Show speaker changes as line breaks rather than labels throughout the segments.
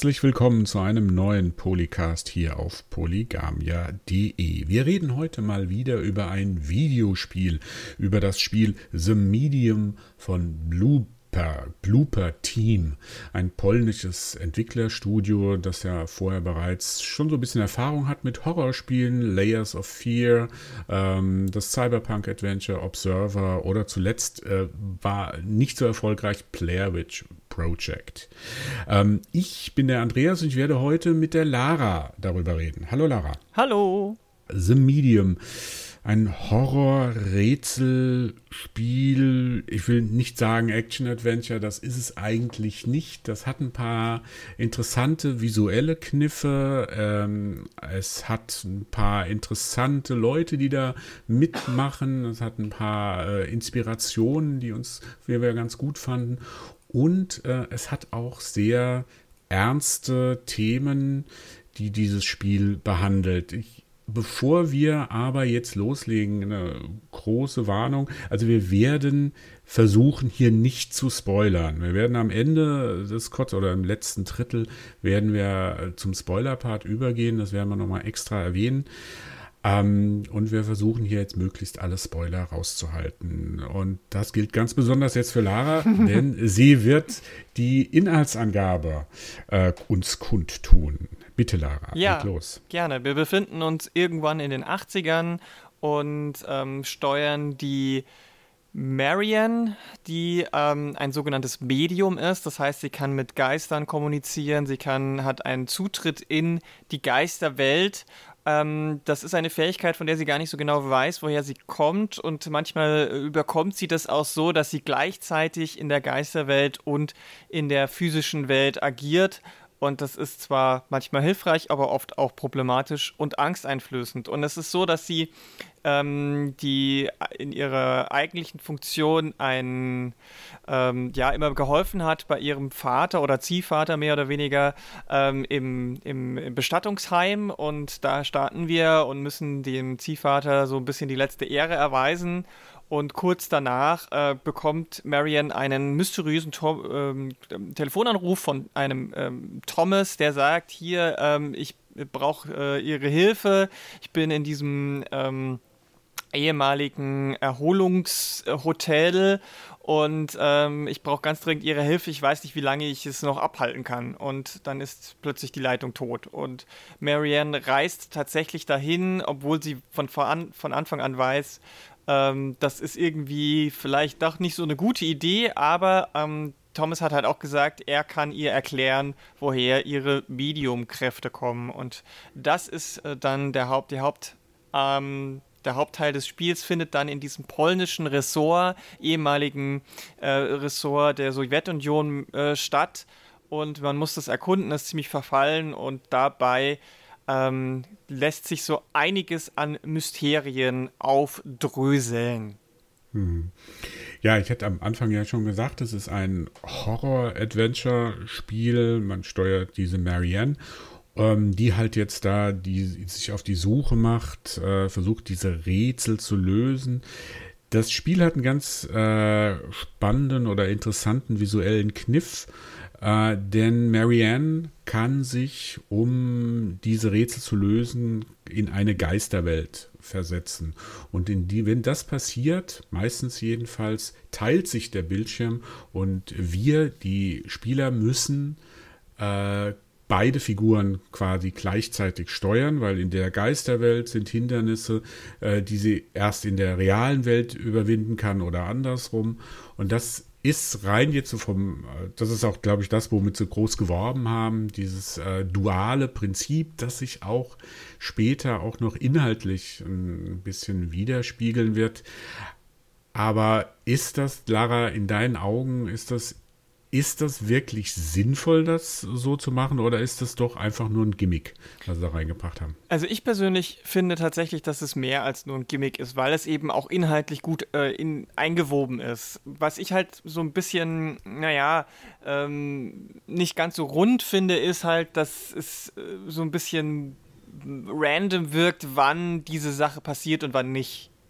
Herzlich willkommen zu einem neuen Polycast hier auf polygamia.de. Wir reden heute mal wieder über ein Videospiel, über das Spiel The Medium von Blooper Team, ein polnisches Entwicklerstudio, das ja vorher bereits schon so ein bisschen Erfahrung hat mit Horrorspielen, Layers of Fear, das Cyberpunk-Adventure Observer oder zuletzt war nicht so erfolgreich Blair Witch Project. Ich bin der Andreas und ich werde heute mit der Lara darüber reden. Hallo Lara.
Hallo.
The Medium. Ein Horror-Rätselspiel, ich will nicht sagen Action-Adventure, das ist es eigentlich nicht. Das hat ein paar interessante visuelle Kniffe, es hat ein paar interessante Leute, die da mitmachen, es hat ein paar Inspirationen, die wir ganz gut fanden und es hat auch sehr ernste Themen, die dieses Spiel behandelt. Bevor wir aber jetzt loslegen, eine große Warnung. Also wir werden versuchen, hier nicht zu spoilern. Wir werden am Ende des oder im letzten Drittel werden wir zum Spoiler-Part übergehen. Das werden wir nochmal extra erwähnen. Und wir versuchen hier jetzt möglichst alle Spoiler rauszuhalten. Und das gilt ganz besonders jetzt für Lara, denn sie wird die Inhaltsangabe uns kundtun. Bitte, Lara,
ja,
leg los.
Gerne. Wir befinden uns irgendwann in den 80ern und steuern die Marianne, die ein sogenanntes Medium ist. Das heißt, sie kann mit Geistern kommunizieren, hat einen Zutritt in die Geisterwelt. Das ist eine Fähigkeit, von der sie gar nicht so genau weiß, woher sie kommt, und manchmal überkommt sie das auch so, dass sie gleichzeitig in der Geisterwelt und in der physischen Welt agiert. Und das ist zwar manchmal hilfreich, aber oft auch problematisch und angsteinflößend. Und es ist so, dass sie die in ihrer eigentlichen Funktion immer geholfen hat bei ihrem Vater oder Ziehvater mehr oder weniger im Bestattungsheim. Und da starten wir und müssen dem Ziehvater so ein bisschen die letzte Ehre erweisen. Und kurz danach bekommt Marianne einen mysteriösen Telefonanruf von einem Thomas, der sagt, hier, ich brauche Ihre Hilfe. Ich bin in diesem ehemaligen Erholungshotel und ich brauche ganz dringend Ihre Hilfe. Ich weiß nicht, wie lange ich es noch abhalten kann. Und dann ist plötzlich die Leitung tot. Und Marianne reist tatsächlich dahin, obwohl sie von Anfang an weiß, das ist irgendwie vielleicht doch nicht so eine gute Idee, aber Thomas hat halt auch gesagt, er kann ihr erklären, woher ihre Mediumkräfte kommen. Und das ist dann der Hauptteil des Spiels, findet dann in diesem polnischen Ressort, ehemaligen Ressort der Sowjetunion statt. Und man muss das erkunden, das ist ziemlich verfallen, und dabei lässt sich so einiges an Mysterien aufdröseln.
Ja, ich hatte am Anfang ja schon gesagt, es ist ein Horror-Adventure-Spiel. Man steuert diese Marianne, die halt jetzt die sich auf die Suche macht, versucht, diese Rätsel zu lösen. Das Spiel hat einen ganz spannenden oder interessanten visuellen Kniff, denn Marianne kann sich, um diese Rätsel zu lösen, in eine Geisterwelt versetzen. Und wenn das passiert, meistens jedenfalls, teilt sich der Bildschirm und wir, die Spieler, müssen beide Figuren quasi gleichzeitig steuern, weil in der Geisterwelt sind Hindernisse, die sie erst in der realen Welt überwinden kann oder andersrum. Und das ist rein jetzt so das ist auch, glaube ich, das, womit sie groß geworben haben, dieses duale Prinzip, das sich auch später auch noch inhaltlich ein bisschen widerspiegeln wird. Aber ist das, Lara, in deinen Augen, ist das wirklich sinnvoll, das so zu machen, oder ist das doch einfach nur ein Gimmick, was sie da reingebracht haben?
Also ich persönlich finde tatsächlich, dass es mehr als nur ein Gimmick ist, weil es eben auch inhaltlich gut eingewoben ist. Was ich halt so ein bisschen, nicht ganz so rund finde, ist halt, dass es so ein bisschen random wirkt, wann diese Sache passiert und wann nicht.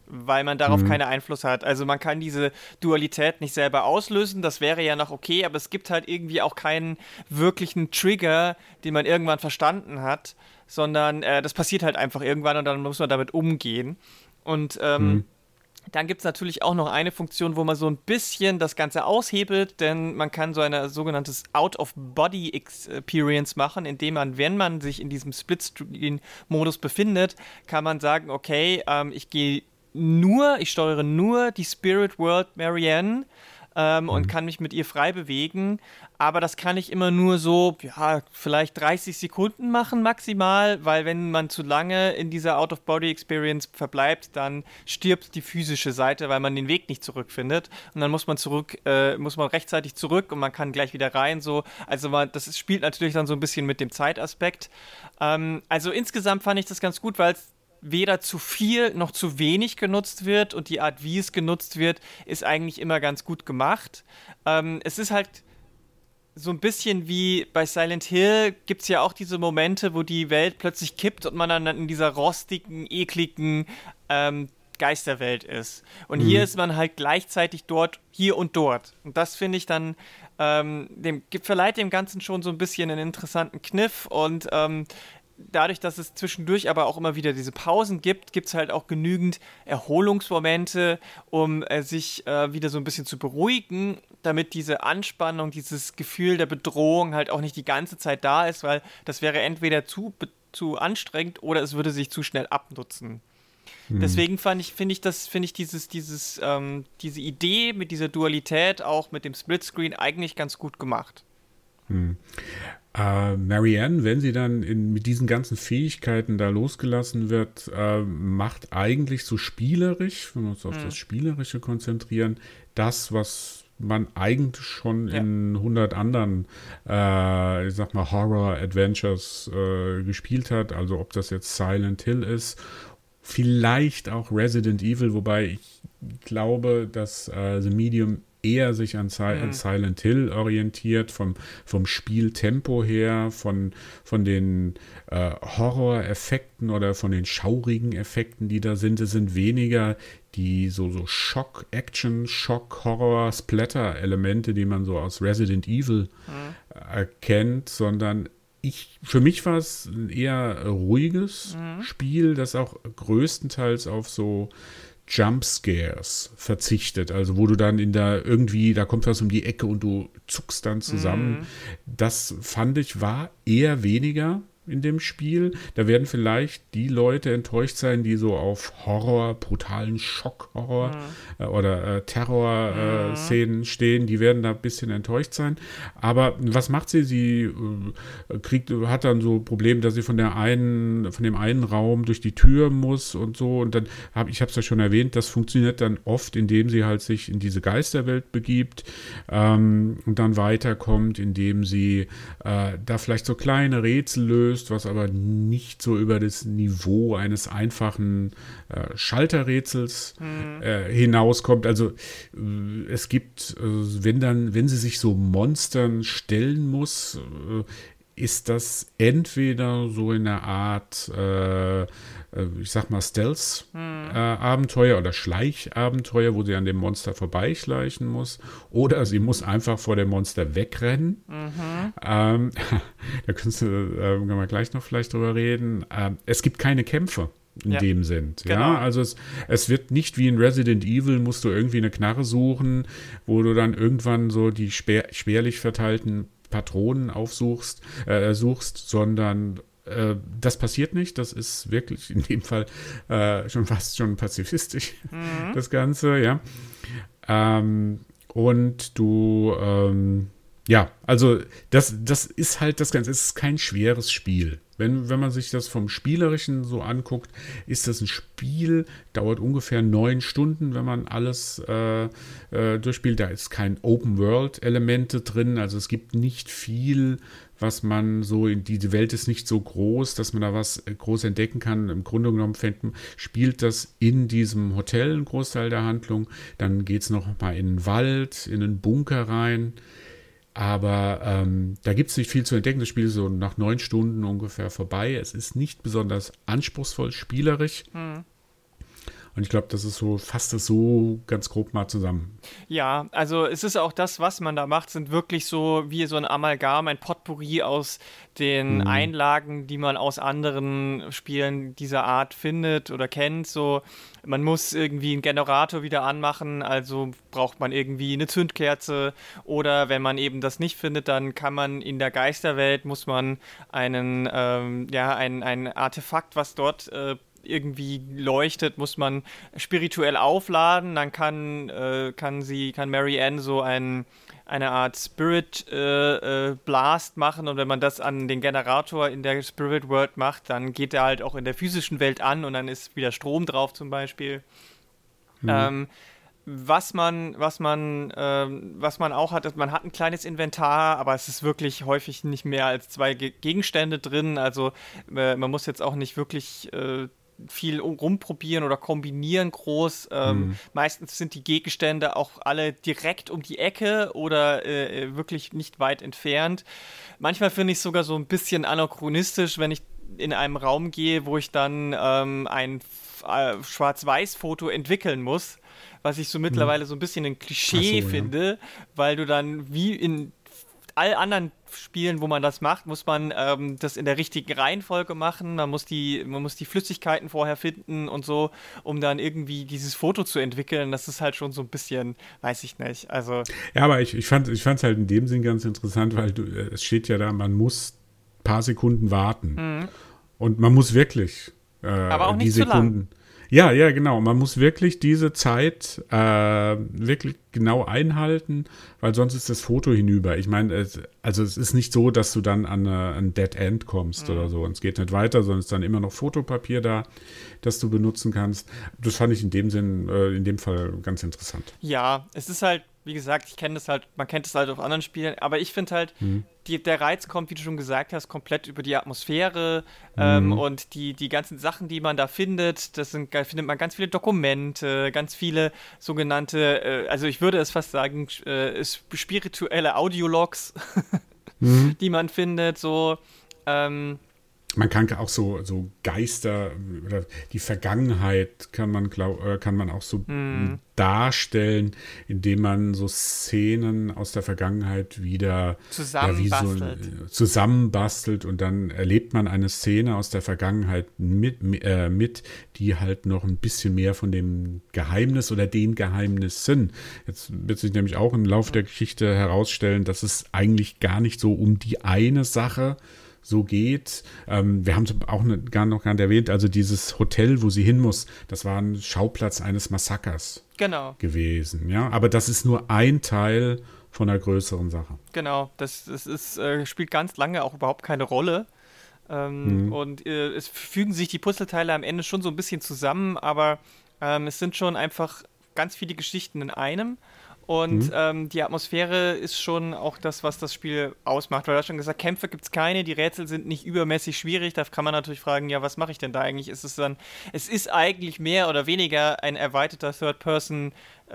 weil man darauf keinen Einfluss hat. Also man kann diese Dualität nicht selber auslösen, das wäre ja noch okay, aber es gibt halt irgendwie auch keinen wirklichen Trigger, den man irgendwann verstanden hat, sondern das passiert halt einfach irgendwann und dann muss man damit umgehen. Und dann gibt es natürlich auch noch eine Funktion, wo man so ein bisschen das Ganze aushebelt, denn man kann so eine sogenanntes Out-of-Body-Experience machen, indem man, wenn man sich in diesem Split-Screen-Modus befindet, kann man sagen, okay, ich steuere nur die Spirit World Marianne und kann mich mit ihr frei bewegen, aber das kann ich immer nur so, ja, vielleicht 30 Sekunden machen maximal, weil wenn man zu lange in dieser Out-of-Body-Experience verbleibt, dann stirbt die physische Seite, weil man den Weg nicht zurückfindet und dann muss man rechtzeitig zurück und man kann gleich wieder rein, so, also das spielt natürlich dann so ein bisschen mit dem Zeitaspekt. Also insgesamt fand ich das ganz gut, weil es weder zu viel noch zu wenig genutzt wird und die Art, wie es genutzt wird, ist eigentlich immer ganz gut gemacht. Es ist halt so ein bisschen wie bei Silent Hill, gibt es ja auch diese Momente, wo die Welt plötzlich kippt und man dann in dieser rostigen, ekligen Geisterwelt ist. Und hier ist man halt gleichzeitig dort, hier und dort. Und das finde ich dann, verleiht dem Ganzen schon so ein bisschen einen interessanten Kniff und dadurch, dass es zwischendurch aber auch immer wieder diese Pausen gibt, es halt auch genügend Erholungsmomente, um sich wieder so ein bisschen zu beruhigen, damit diese Anspannung, dieses Gefühl der Bedrohung halt auch nicht die ganze Zeit da ist, weil das wäre entweder zu anstrengend oder es würde sich zu schnell abnutzen. Deswegen finde ich diese Idee mit dieser Dualität auch mit dem Splitscreen eigentlich ganz gut gemacht.
Marianne, wenn sie dann mit diesen ganzen Fähigkeiten da losgelassen wird, macht eigentlich so spielerisch, wenn wir uns auf das Spielerische konzentrieren, das, was man eigentlich schon in 100 anderen, ich sag mal, Horror-Adventures gespielt hat. Also ob das jetzt Silent Hill ist, vielleicht auch Resident Evil, wobei ich glaube, dass The Medium eher sich an Silent Hill orientiert, vom Spieltempo her, von den Horror-Effekten oder von den schaurigen Effekten, die da sind. Es sind weniger die so Schock-Action, Schock-Horror, Splatter-Elemente, die man so aus Resident Evil erkennt, sondern für mich war es ein eher ruhiges Spiel, das auch größtenteils auf so Jumpscares verzichtet, also wo du dann da kommt was um die Ecke und du zuckst dann zusammen. Das fand ich war eher weniger in dem Spiel. Da werden vielleicht die Leute enttäuscht sein, die so auf Horror, brutalen Schockhorror oder Terror-Szenen stehen. Die werden da ein bisschen enttäuscht sein. Aber was macht sie? Sie hat dann so Probleme, dass sie von dem einen Raum durch die Tür muss und so. Und dann ich habe es ja schon erwähnt, das funktioniert dann oft, indem sie halt sich in diese Geisterwelt begibt und dann weiterkommt, indem sie da vielleicht so kleine Rätsel löst, was aber nicht so über das Niveau eines einfachen Schalterrätsels hinauskommt. Also es gibt, wenn sie sich so Monstern stellen muss, ist das entweder so in einer Art, ich sag mal, Stealth-Abenteuer oder Schleichabenteuer, wo sie an dem Monster vorbeischleichen muss, oder sie muss einfach vor dem Monster wegrennen. Da können wir gleich noch vielleicht drüber reden. Es gibt keine Kämpfe in dem Sinn. Genau. Ja? Also es wird nicht wie in Resident Evil, musst du irgendwie eine Knarre suchen, wo du dann irgendwann so die schwerlich verteilten Patronen suchst, sondern das passiert nicht. Das ist wirklich in dem Fall schon fast schon pazifistisch, das Ganze, ja. Und du, also das ist halt das Ganze, es ist kein schweres Spiel. Wenn man sich das vom Spielerischen so anguckt, ist das ein Spiel, dauert ungefähr 9 Stunden, wenn man alles durchspielt. Da ist kein Open-World-Elemente drin, also es gibt nicht viel, was man so, die Welt ist nicht so groß, dass man da was groß entdecken kann. Im Grunde genommen spielt das in diesem Hotel einen Großteil der Handlung. Dann geht es noch mal in den Wald, in einen Bunker rein. Aber da gibt es nicht viel zu entdecken. Das Spiel ist so nach 9 Stunden ungefähr vorbei. Es ist nicht besonders anspruchsvoll spielerisch. Und ich glaube, fasst das so ganz grob mal zusammen.
Ja, also es ist auch das, was man da macht, sind wirklich so wie so ein Amalgam, ein Potpourri aus den
Mhm.
Einlagen, die man aus anderen Spielen dieser Art findet oder kennt. So, man muss irgendwie einen Generator wieder anmachen, also braucht man irgendwie eine Zündkerze, oder wenn man eben das nicht findet, dann kann man in der Geisterwelt, muss man ein Artefakt, was dort irgendwie leuchtet, muss man spirituell aufladen. Dann kann Mary Ann so eine Art Spirit Blast machen, und wenn man das an den Generator in der Spirit World macht, dann geht er halt auch in der physischen Welt an, und dann ist wieder Strom drauf zum Beispiel.
Mhm.
Ähm, was man auch hat, ist, man hat ein kleines Inventar, aber es ist wirklich häufig nicht mehr als zwei Gegenstände drin. Also man muss jetzt auch nicht wirklich viel rumprobieren oder kombinieren groß.
Mhm.
Meistens sind die Gegenstände auch alle direkt um die Ecke oder wirklich nicht weit entfernt. Manchmal finde ich es sogar so ein bisschen anachronistisch, wenn ich in einem Raum gehe, wo ich dann ein Schwarz-Weiß-Foto entwickeln muss, was ich so
Mhm.
mittlerweile so ein bisschen ein
Ach
Klischee
so, ja.
finde, weil du dann wie in all anderen Spielen, wo man das macht, muss man das in der richtigen Reihenfolge machen. Man muss die Flüssigkeiten vorher finden und so, um dann irgendwie dieses Foto zu entwickeln. Das ist halt schon so ein bisschen, weiß ich nicht. Also,
Ja, aber ich fand es halt in dem Sinn ganz interessant, weil es steht ja da, man muss ein paar Sekunden warten.
mhm.
Und man muss wirklich
Aber auch
die
nicht zu lang.
Sekunden. Ja, ja, genau. Man muss wirklich diese Zeit wirklich genau einhalten, weil sonst ist das Foto hinüber. Ich meine, es ist nicht so, dass du dann an ein Dead End kommst oder
Mhm.
so. Und es geht nicht weiter, sondern es ist dann immer noch Fotopapier da, das du benutzen kannst. Das fand ich in dem Sinn, in dem Fall ganz interessant.
Ja, es ist halt, wie gesagt, man kennt es halt auf anderen Spielen, aber ich finde halt,
Mhm.
der Reiz kommt, wie du schon gesagt hast, komplett über die Atmosphäre
Mhm.
und die ganzen Sachen, die man da findet. Findet man ganz viele Dokumente, ganz viele sogenannte, also ich würde es fast sagen, spirituelle Audiologs,
Mhm.
die man findet, so. Ähm,
Man kann auch so Geister oder die Vergangenheit kann man auch so
hm,
darstellen, indem man so Szenen aus der Vergangenheit wieder ja wie so
zusammenbastelt.
zusammenbastelt, und dann erlebt man eine Szene aus der Vergangenheit mit, die halt noch ein bisschen mehr von dem Geheimnis oder den Geheimnissen. Jetzt wird sich nämlich auch im Laufe der Geschichte herausstellen, dass es eigentlich gar nicht so um die eine Sache so geht. Wir haben es auch noch gar nicht erwähnt, also dieses Hotel, wo sie hin muss, das war ein Schauplatz eines Massakers
Genau.
gewesen, ja. Aber das ist nur ein Teil von einer größeren Sache.
Genau, das ist, spielt ganz lange auch überhaupt keine Rolle.
Mhm.
Und es fügen sich die Puzzleteile am Ende schon so ein bisschen zusammen, aber es sind schon einfach ganz viele Geschichten in einem. Und
Mhm.
die Atmosphäre ist schon auch das, was das Spiel ausmacht. Weil du hast schon gesagt, Kämpfe gibt es keine, die Rätsel sind nicht übermäßig schwierig. Da kann man natürlich fragen, ja, was mache ich denn da eigentlich? Es ist eigentlich mehr oder weniger ein erweiterter Third-Person,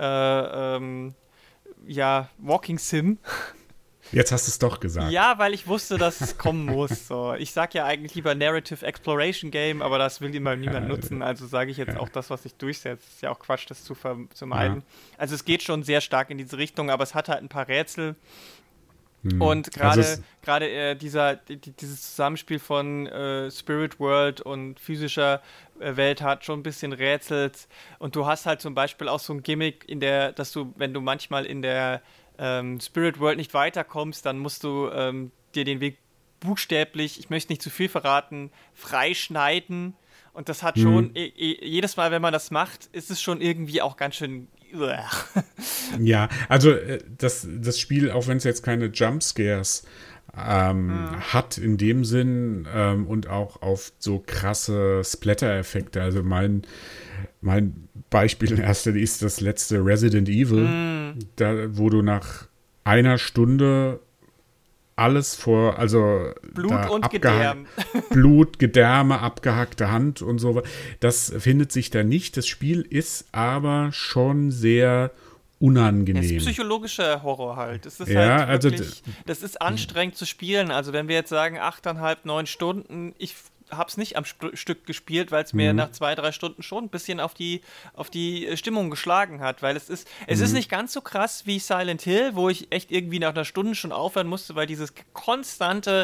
Walking Sim.
Jetzt hast du es doch gesagt.
Ja, weil ich wusste, dass es kommen muss. So. Ich sag ja eigentlich lieber Narrative Exploration Game, aber das will immer niemand nutzen. Also sage ich jetzt auch das, was sich durchsetzt. Ist ja auch Quatsch, das zu
Ja.
vermeiden. Also es geht schon sehr stark in diese Richtung, aber es hat halt ein paar Rätsel.
Mhm.
Und
Also es,
gerade dieses Zusammenspiel von Spirit World und physischer Welt hat schon ein bisschen Rätsels. Und du hast halt zum Beispiel auch so ein Gimmick, dass du, wenn du manchmal in der Spirit World nicht weiterkommst, dann musst du dir den Weg buchstäblich, ich möchte nicht zu viel verraten, freischneiden. Und das hat schon,
mhm.
jedes Mal, wenn man das macht, ist es schon irgendwie auch ganz schön.
Ja, also das Spiel, auch wenn es jetzt keine Jumpscares
Hm.
hat in dem Sinn, und auch auf so krasse Splatter-Effekte. Also mein Beispiel in erster Linie ist das letzte Resident Evil,
Hm.
da, wo du nach einer Stunde alles
Blut
da
und
abgehackt,
Gedärm.
Blut, Gedärme, abgehackte Hand und so. Das findet sich da nicht. Das Spiel ist aber schon sehr
Es ist
unangenehm.
psychologischer Horror halt. Es ist
Ja,
halt
also
wirklich, das ist anstrengend zu spielen. Also wenn wir jetzt sagen 8,5, 9 Stunden, ich hab's nicht am Stück gespielt, weil es mir nach 2-3 Stunden schon ein bisschen auf die Stimmung geschlagen hat, weil es ist nicht ganz so krass wie Silent Hill, wo ich echt irgendwie nach einer Stunde schon aufhören musste, weil dieses konstante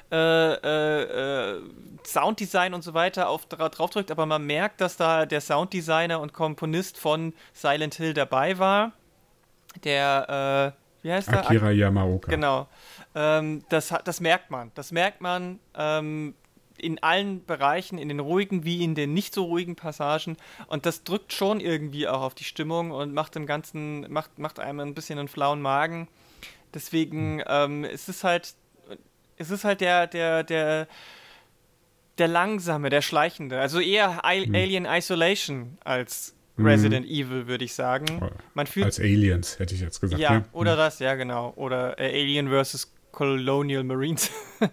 Sounddesign und so weiter draufdrückt, aber man merkt, dass da der Sounddesigner und Komponist von Silent Hill dabei war, der wie heißt der?
Akira Yamaoka.
Genau. Das merkt man. Das merkt man in allen Bereichen, in den ruhigen wie in den nicht so ruhigen Passagen. Und das drückt schon irgendwie auch auf die Stimmung und macht dem Ganzen, macht einem ein bisschen einen flauen Magen. Deswegen es ist halt der langsame, der schleichende. Also eher Alien Isolation als Resident Evil, würde ich sagen. Man fühlt,
als Aliens, hätte ich jetzt gesagt.
Ja, oder das, ja genau. Oder Alien vs. Colonial Marines.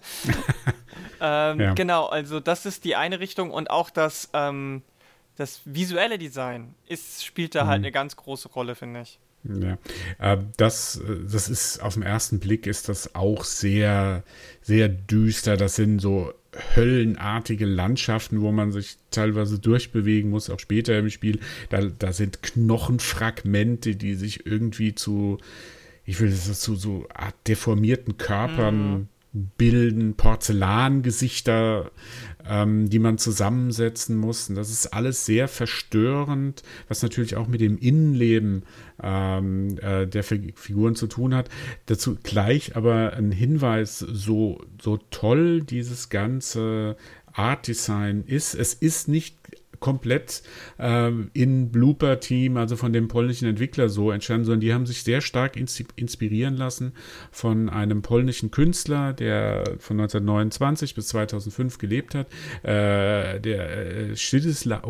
Ja.
Genau, also das ist die eine Richtung und auch das visuelle Design spielt da halt eine ganz große Rolle, finde ich.
Ja, das ist auf den ersten Blick ist das auch sehr, sehr düster. Das sind so höllenartige Landschaften, wo man sich teilweise durchbewegen muss, auch später im Spiel. Da sind Knochenfragmente, die sich irgendwie zu so Art deformierten Körpern bilden, Porzellangesichter, die man zusammensetzen muss. Und das ist alles sehr verstörend, was natürlich auch mit dem Innenleben der Figuren zu tun hat. Dazu gleich aber ein Hinweis, so toll dieses ganze Art-Design ist. Es ist nicht komplett in Blooper-Team, also von dem polnischen Entwickler so entstanden, sondern die haben sich sehr stark inspirieren lassen von einem polnischen Künstler, der von 1929 bis 2005 gelebt hat, der Zdzisław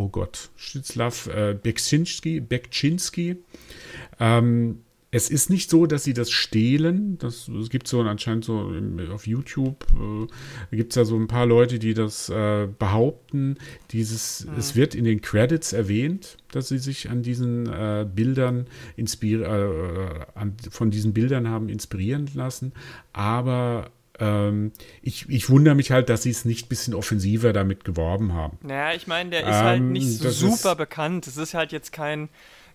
Bekczynski. Es ist nicht so, dass sie das stehlen. Es gibt so anscheinend so auf YouTube gibt es ja so ein paar Leute, die das behaupten. Es wird in den Credits erwähnt, dass sie sich an diesen Bildern von diesen Bildern haben inspirieren lassen. Aber ich wundere mich halt, dass sie es nicht ein bisschen offensiver damit geworben haben.
Naja, ich meine, der ist halt nicht so super bekannt. Es ist halt jetzt kein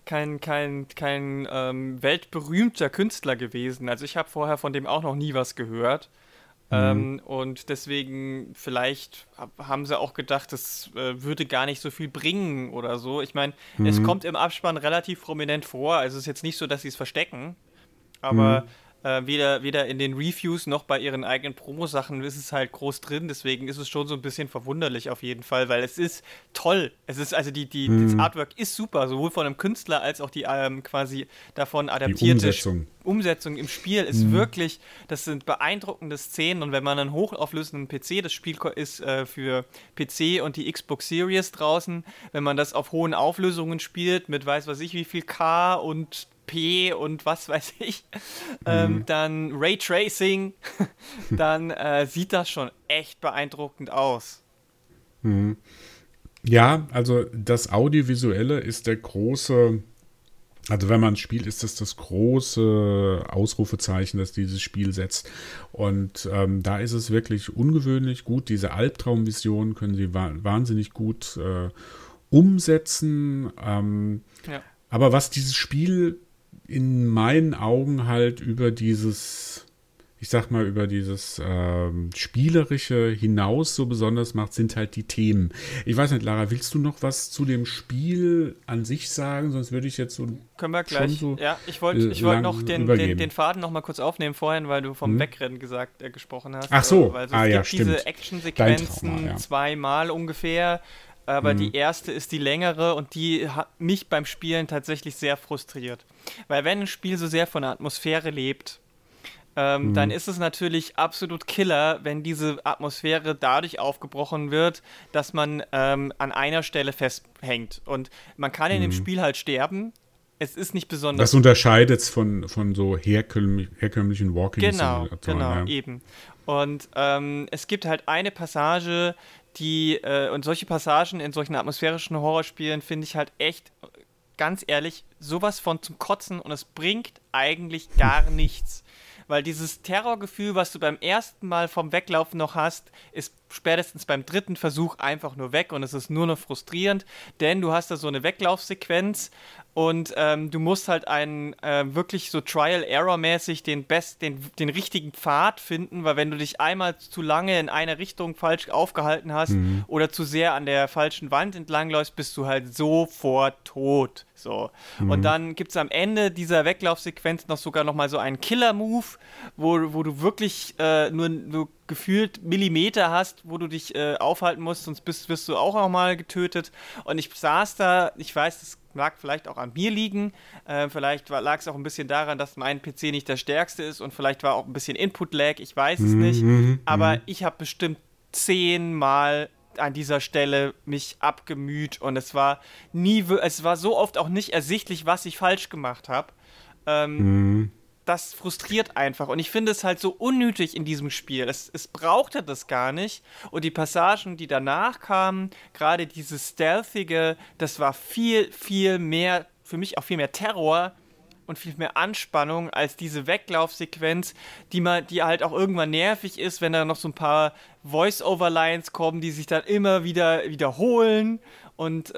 weltberühmter Künstler gewesen. Also ich habe vorher von dem auch noch nie was gehört. Und deswegen vielleicht haben sie auch gedacht, das würde gar nicht so viel bringen oder so. Ich meine, es kommt im Abspann relativ prominent vor. Also es ist jetzt nicht so, dass sie es verstecken. Aber weder in den Reviews noch bei ihren eigenen Promo-Sachen ist es halt groß drin, deswegen ist es schon so ein bisschen verwunderlich auf jeden Fall, weil es ist toll. Es ist also das Artwork ist super, sowohl von einem Künstler als auch die quasi davon adaptierte Umsetzung im Spiel ist wirklich, das sind beeindruckende Szenen und wenn man einen hochauflösenden PC, das Spiel ist für PC und die Xbox Series draußen, wenn man das auf hohen Auflösungen spielt mit weiß was ich wie viel K und P und was weiß ich, dann Raytracing, dann sieht das schon echt beeindruckend aus.
Ja, also das Audiovisuelle ist der große, also wenn man spielt, ist das große Ausrufezeichen, das dieses Spiel setzt. Und da ist es wirklich ungewöhnlich gut. Diese Albtraumvision können sie wahnsinnig gut umsetzen. Aber was dieses Spiel in meinen Augen halt über dieses Spielerische hinaus so besonders macht, sind halt die Themen. Ich weiß nicht, Lara, willst du noch was zu dem Spiel an sich sagen? Sonst würde ich jetzt so...
Können wir gleich. Ja, ich wollte noch den Faden noch mal kurz aufnehmen vorhin, weil du vom Wegrennen gesprochen hast.
Ach so,
weil es gibt
stimmt.
diese Actionsequenzen zweimal ungefähr, aber die erste ist die längere und die hat mich beim Spielen tatsächlich sehr frustriert. Weil wenn ein Spiel so sehr von der Atmosphäre lebt, dann ist es natürlich absolut Killer, wenn diese Atmosphäre dadurch aufgebrochen wird, dass man an einer Stelle festhängt. Und man kann in dem Spiel halt sterben. Es ist nicht besonders...
Das unterscheidet es von so herkömmlichen Walking-Simulatoren.
Genau, eben. Und es gibt halt eine Passage, und solche Passagen in solchen atmosphärischen Horrorspielen finde ich halt echt, ganz ehrlich, sowas von zum Kotzen und es bringt eigentlich gar nichts. Weil dieses Terrorgefühl, was du beim ersten Mal vom Weglaufen noch hast, ist spätestens beim dritten Versuch einfach nur weg und es ist nur noch frustrierend, denn du hast da so eine Weglaufsequenz und du musst halt wirklich so Trial-Error-mäßig den richtigen Pfad finden, weil wenn du dich einmal zu lange in eine Richtung falsch aufgehalten hast oder zu sehr an der falschen Wand entlangläufst, bist du halt sofort tot. So. Und dann gibt es am Ende dieser Weglaufsequenz sogar noch mal so einen Killer-Move, wo du wirklich nur gefühlt Millimeter hast, wo du dich aufhalten musst, sonst wirst du auch noch mal getötet. Und ich saß da, ich weiß, das mag vielleicht auch an mir liegen, vielleicht lag es auch ein bisschen daran, dass mein PC nicht der stärkste ist und vielleicht war auch ein bisschen Input-Lag, ich weiß es nicht, aber ich habe bestimmt 10-mal an dieser Stelle mich abgemüht und es war so oft auch nicht ersichtlich, was ich falsch gemacht habe. Das frustriert einfach und ich finde es halt so unnötig in diesem Spiel. Es brauchte das gar nicht und die Passagen, die danach kamen, gerade dieses Stealthige, das war viel, viel mehr, für mich auch viel mehr Terror und viel mehr Anspannung als diese Weglaufsequenz, die halt auch irgendwann nervig ist, wenn da noch so ein paar Voice-Over-Lines kommen, die sich dann immer wieder wiederholen und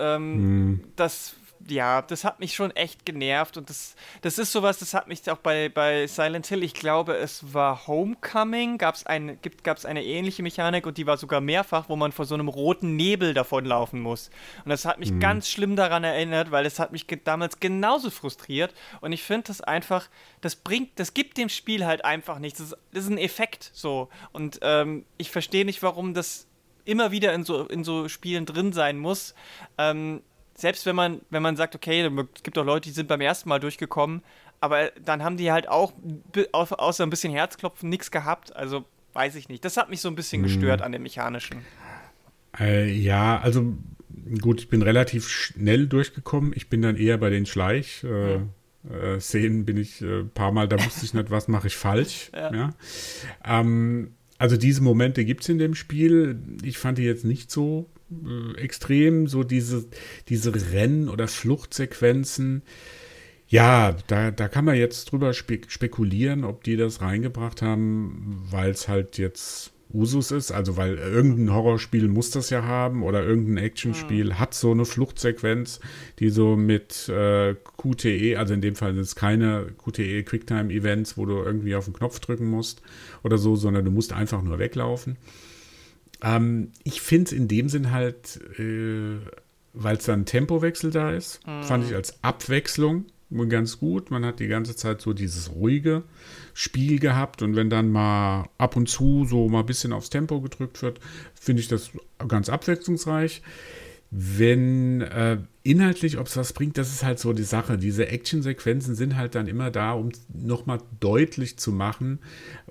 das hat mich schon echt genervt und das ist sowas, das hat mich auch bei Silent Hill, ich glaube, es war Homecoming, gab es eine ähnliche Mechanik und die war sogar mehrfach, wo man vor so einem roten Nebel davonlaufen muss. Und das hat mich ganz schlimm daran erinnert, weil es hat mich damals genauso frustriert und ich finde das einfach, das gibt dem Spiel halt einfach nichts. Das ist ein Effekt so und ich verstehe nicht, warum das immer wieder in so Spielen drin sein muss. Selbst wenn man sagt, okay, es gibt auch Leute, die sind beim ersten Mal durchgekommen, aber dann haben die halt auch außer ein bisschen Herzklopfen nichts gehabt, also weiß ich nicht. Das hat mich so ein bisschen gestört an dem Mechanischen.
Ja, also gut, ich bin relativ schnell durchgekommen. Ich bin dann eher bei den Szenen bin ich ein paar Mal, da wusste ich nicht, was mache ich falsch. Ja. Also diese Momente gibt es in dem Spiel. Ich fand die jetzt nicht so extrem, so diese Renn- oder Fluchtsequenzen. Ja, da kann man jetzt drüber spekulieren, ob die das reingebracht haben, weil es halt jetzt Usus ist, also weil irgendein Horrorspiel muss das ja haben oder irgendein Actionspiel hat so eine Fluchtsequenz, die so mit QTE, also in dem Fall sind es keine QTE Quicktime-Events, wo du irgendwie auf den Knopf drücken musst oder so, sondern du musst einfach nur weglaufen. Ich finde es in dem Sinn halt, weil es dann ein Tempowechsel da ist, fand ich als Abwechslung ganz gut. Man hat die ganze Zeit so dieses ruhige Spiel gehabt und wenn dann mal ab und zu so mal ein bisschen aufs Tempo gedrückt wird, finde ich das ganz abwechslungsreich. Wenn inhaltlich, ob es was bringt, das ist halt so die Sache. Diese Actionsequenzen sind halt dann immer da, um nochmal deutlich zu machen,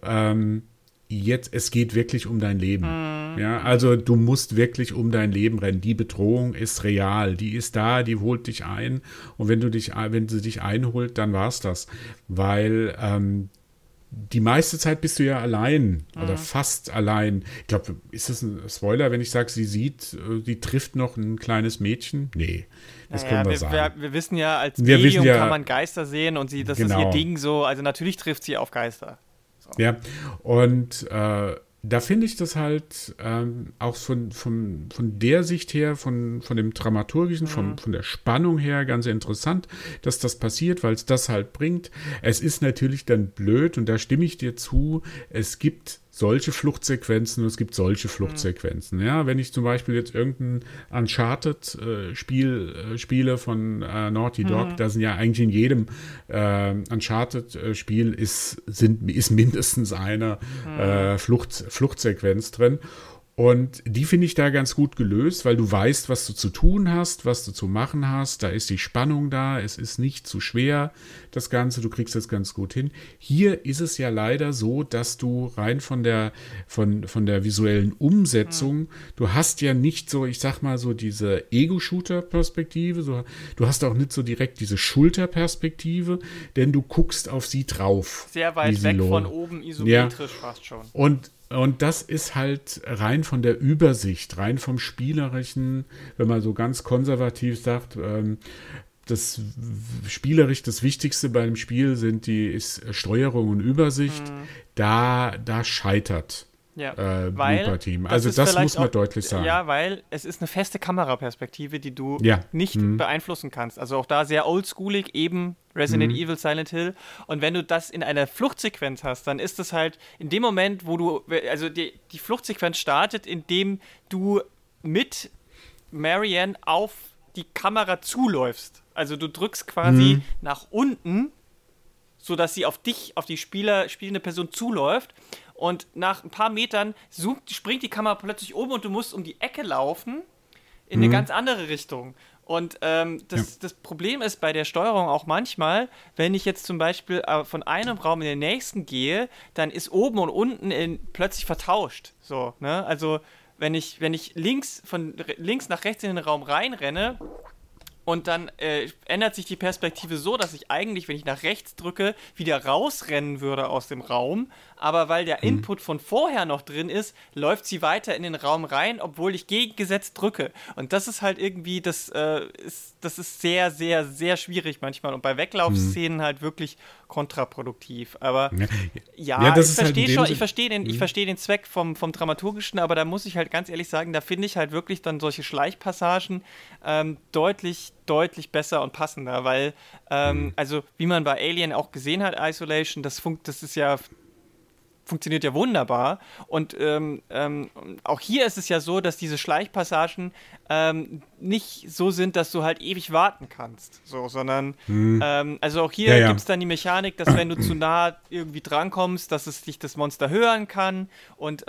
es geht wirklich um dein Leben. Ja, also du musst wirklich um dein Leben rennen. Die Bedrohung ist real, die ist da, die holt dich ein. Und wenn sie dich einholt, dann war's das. Weil die meiste Zeit bist du ja allein oder fast allein. Ich glaube, ist das ein Spoiler, wenn ich sage, sie trifft noch ein kleines Mädchen? Nee, das können wir sagen.
Wir wissen ja, als Medium kann man Geister sehen und das ist ihr Ding so. Also natürlich trifft sie auf Geister. So.
Ja, und da finde ich das halt auch von der Sicht her, von dem Dramaturgischen, von der Spannung her ganz interessant, dass das passiert, weil es das halt bringt. Es ist natürlich dann blöd und da stimme ich dir zu, es gibt solche Fluchtsequenzen und es gibt solche Fluchtsequenzen. Ja, wenn ich zum Beispiel jetzt irgendein Uncharted-Spiel spiele von Naughty Dog, da sind ja eigentlich in jedem Uncharted-Spiel ist mindestens eine Fluchtsequenz drin. Und die finde ich da ganz gut gelöst, weil du weißt, was du zu tun hast, was du zu machen hast. Da ist die Spannung da, es ist nicht zu schwer, das Ganze, du kriegst das ganz gut hin. Hier ist es ja leider so, dass du rein von der visuellen Umsetzung, du hast ja nicht so, ich sag mal so diese Ego-Shooter-Perspektive, du hast auch nicht so direkt diese Schulterperspektive, denn du guckst auf sie drauf.
Sehr weit weg von oben, isometrisch fast schon.
Und das ist halt rein von der Übersicht, rein vom Spielerischen, wenn man so ganz konservativ sagt, das spielerisch das Wichtigste bei dem Spiel ist Steuerung und Übersicht. Da scheitert Blooper-Team. Also das muss man deutlich sagen.
Ja, weil es ist eine feste Kameraperspektive, die du nicht beeinflussen kannst. Also auch da sehr oldschoolig, eben Resident Evil, Silent Hill. Und wenn du das in einer Fluchtsequenz hast, dann ist es halt in dem Moment, wo du, also die Fluchtsequenz startet, indem du mit Marianne auf die Kamera zuläufst. Also du drückst quasi nach unten, sodass sie auf dich, auf die spielende Person zuläuft. Und nach ein paar Metern springt die Kamera plötzlich um und du musst um die Ecke laufen in eine ganz andere Richtung. Und das Problem ist bei der Steuerung auch manchmal, wenn ich jetzt zum Beispiel von einem Raum in den nächsten gehe, dann ist oben und unten plötzlich vertauscht. So, ne? Also wenn ich links nach rechts in den Raum reinrenne, und dann ändert sich die Perspektive so, dass ich eigentlich, wenn ich nach rechts drücke, wieder rausrennen würde aus dem Raum. Aber weil der Input von vorher noch drin ist, läuft sie weiter in den Raum rein, obwohl ich gegengesetzt drücke. Und das ist halt irgendwie, das ist sehr, sehr, sehr schwierig manchmal. Und bei Weglaufszenen halt wirklich kontraproduktiv. Aber ich verstehe den Zweck vom Dramaturgischen, aber da muss ich halt ganz ehrlich sagen, da finde ich halt wirklich dann solche Schleichpassagen deutlich besser und passender, weil, also wie man bei Alien auch gesehen hat, Isolation, das funktioniert ja wunderbar. Und auch hier ist es ja so, dass diese Schleichpassagen nicht so sind, dass du halt ewig warten kannst. So, sondern also auch hier gibt es dann die Mechanik, dass wenn du zu nah irgendwie drankommst, dass es dich das Monster hören kann. Und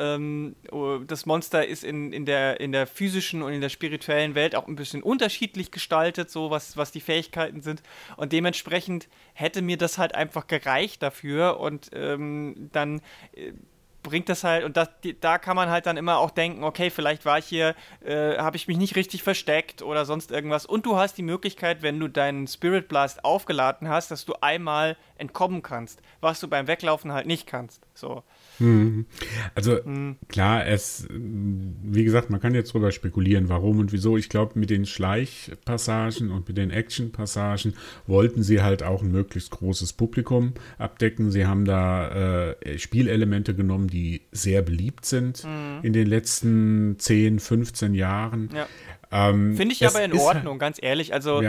das Monster ist in der physischen und in der spirituellen Welt auch ein bisschen unterschiedlich gestaltet, so was die Fähigkeiten sind. Und dementsprechend hätte mir das halt einfach gereicht dafür. Und dann bringt das halt, und da kann man halt dann immer auch denken, okay, vielleicht war ich hier, habe ich mich nicht richtig versteckt oder sonst irgendwas. Und du hast die Möglichkeit, wenn du deinen Spirit Blast aufgeladen hast, dass du einmal entkommen kannst, was du beim Weglaufen halt nicht kannst. So.
Also klar, wie gesagt, man kann jetzt drüber spekulieren, warum und wieso. Ich glaube, mit den Schleichpassagen und mit den Actionpassagen wollten sie halt auch ein möglichst großes Publikum abdecken. Sie haben da Spielelemente genommen, die sehr beliebt sind in den letzten 10, 15 Jahren.
Ja. Finde ich aber in Ordnung, ganz ehrlich. Also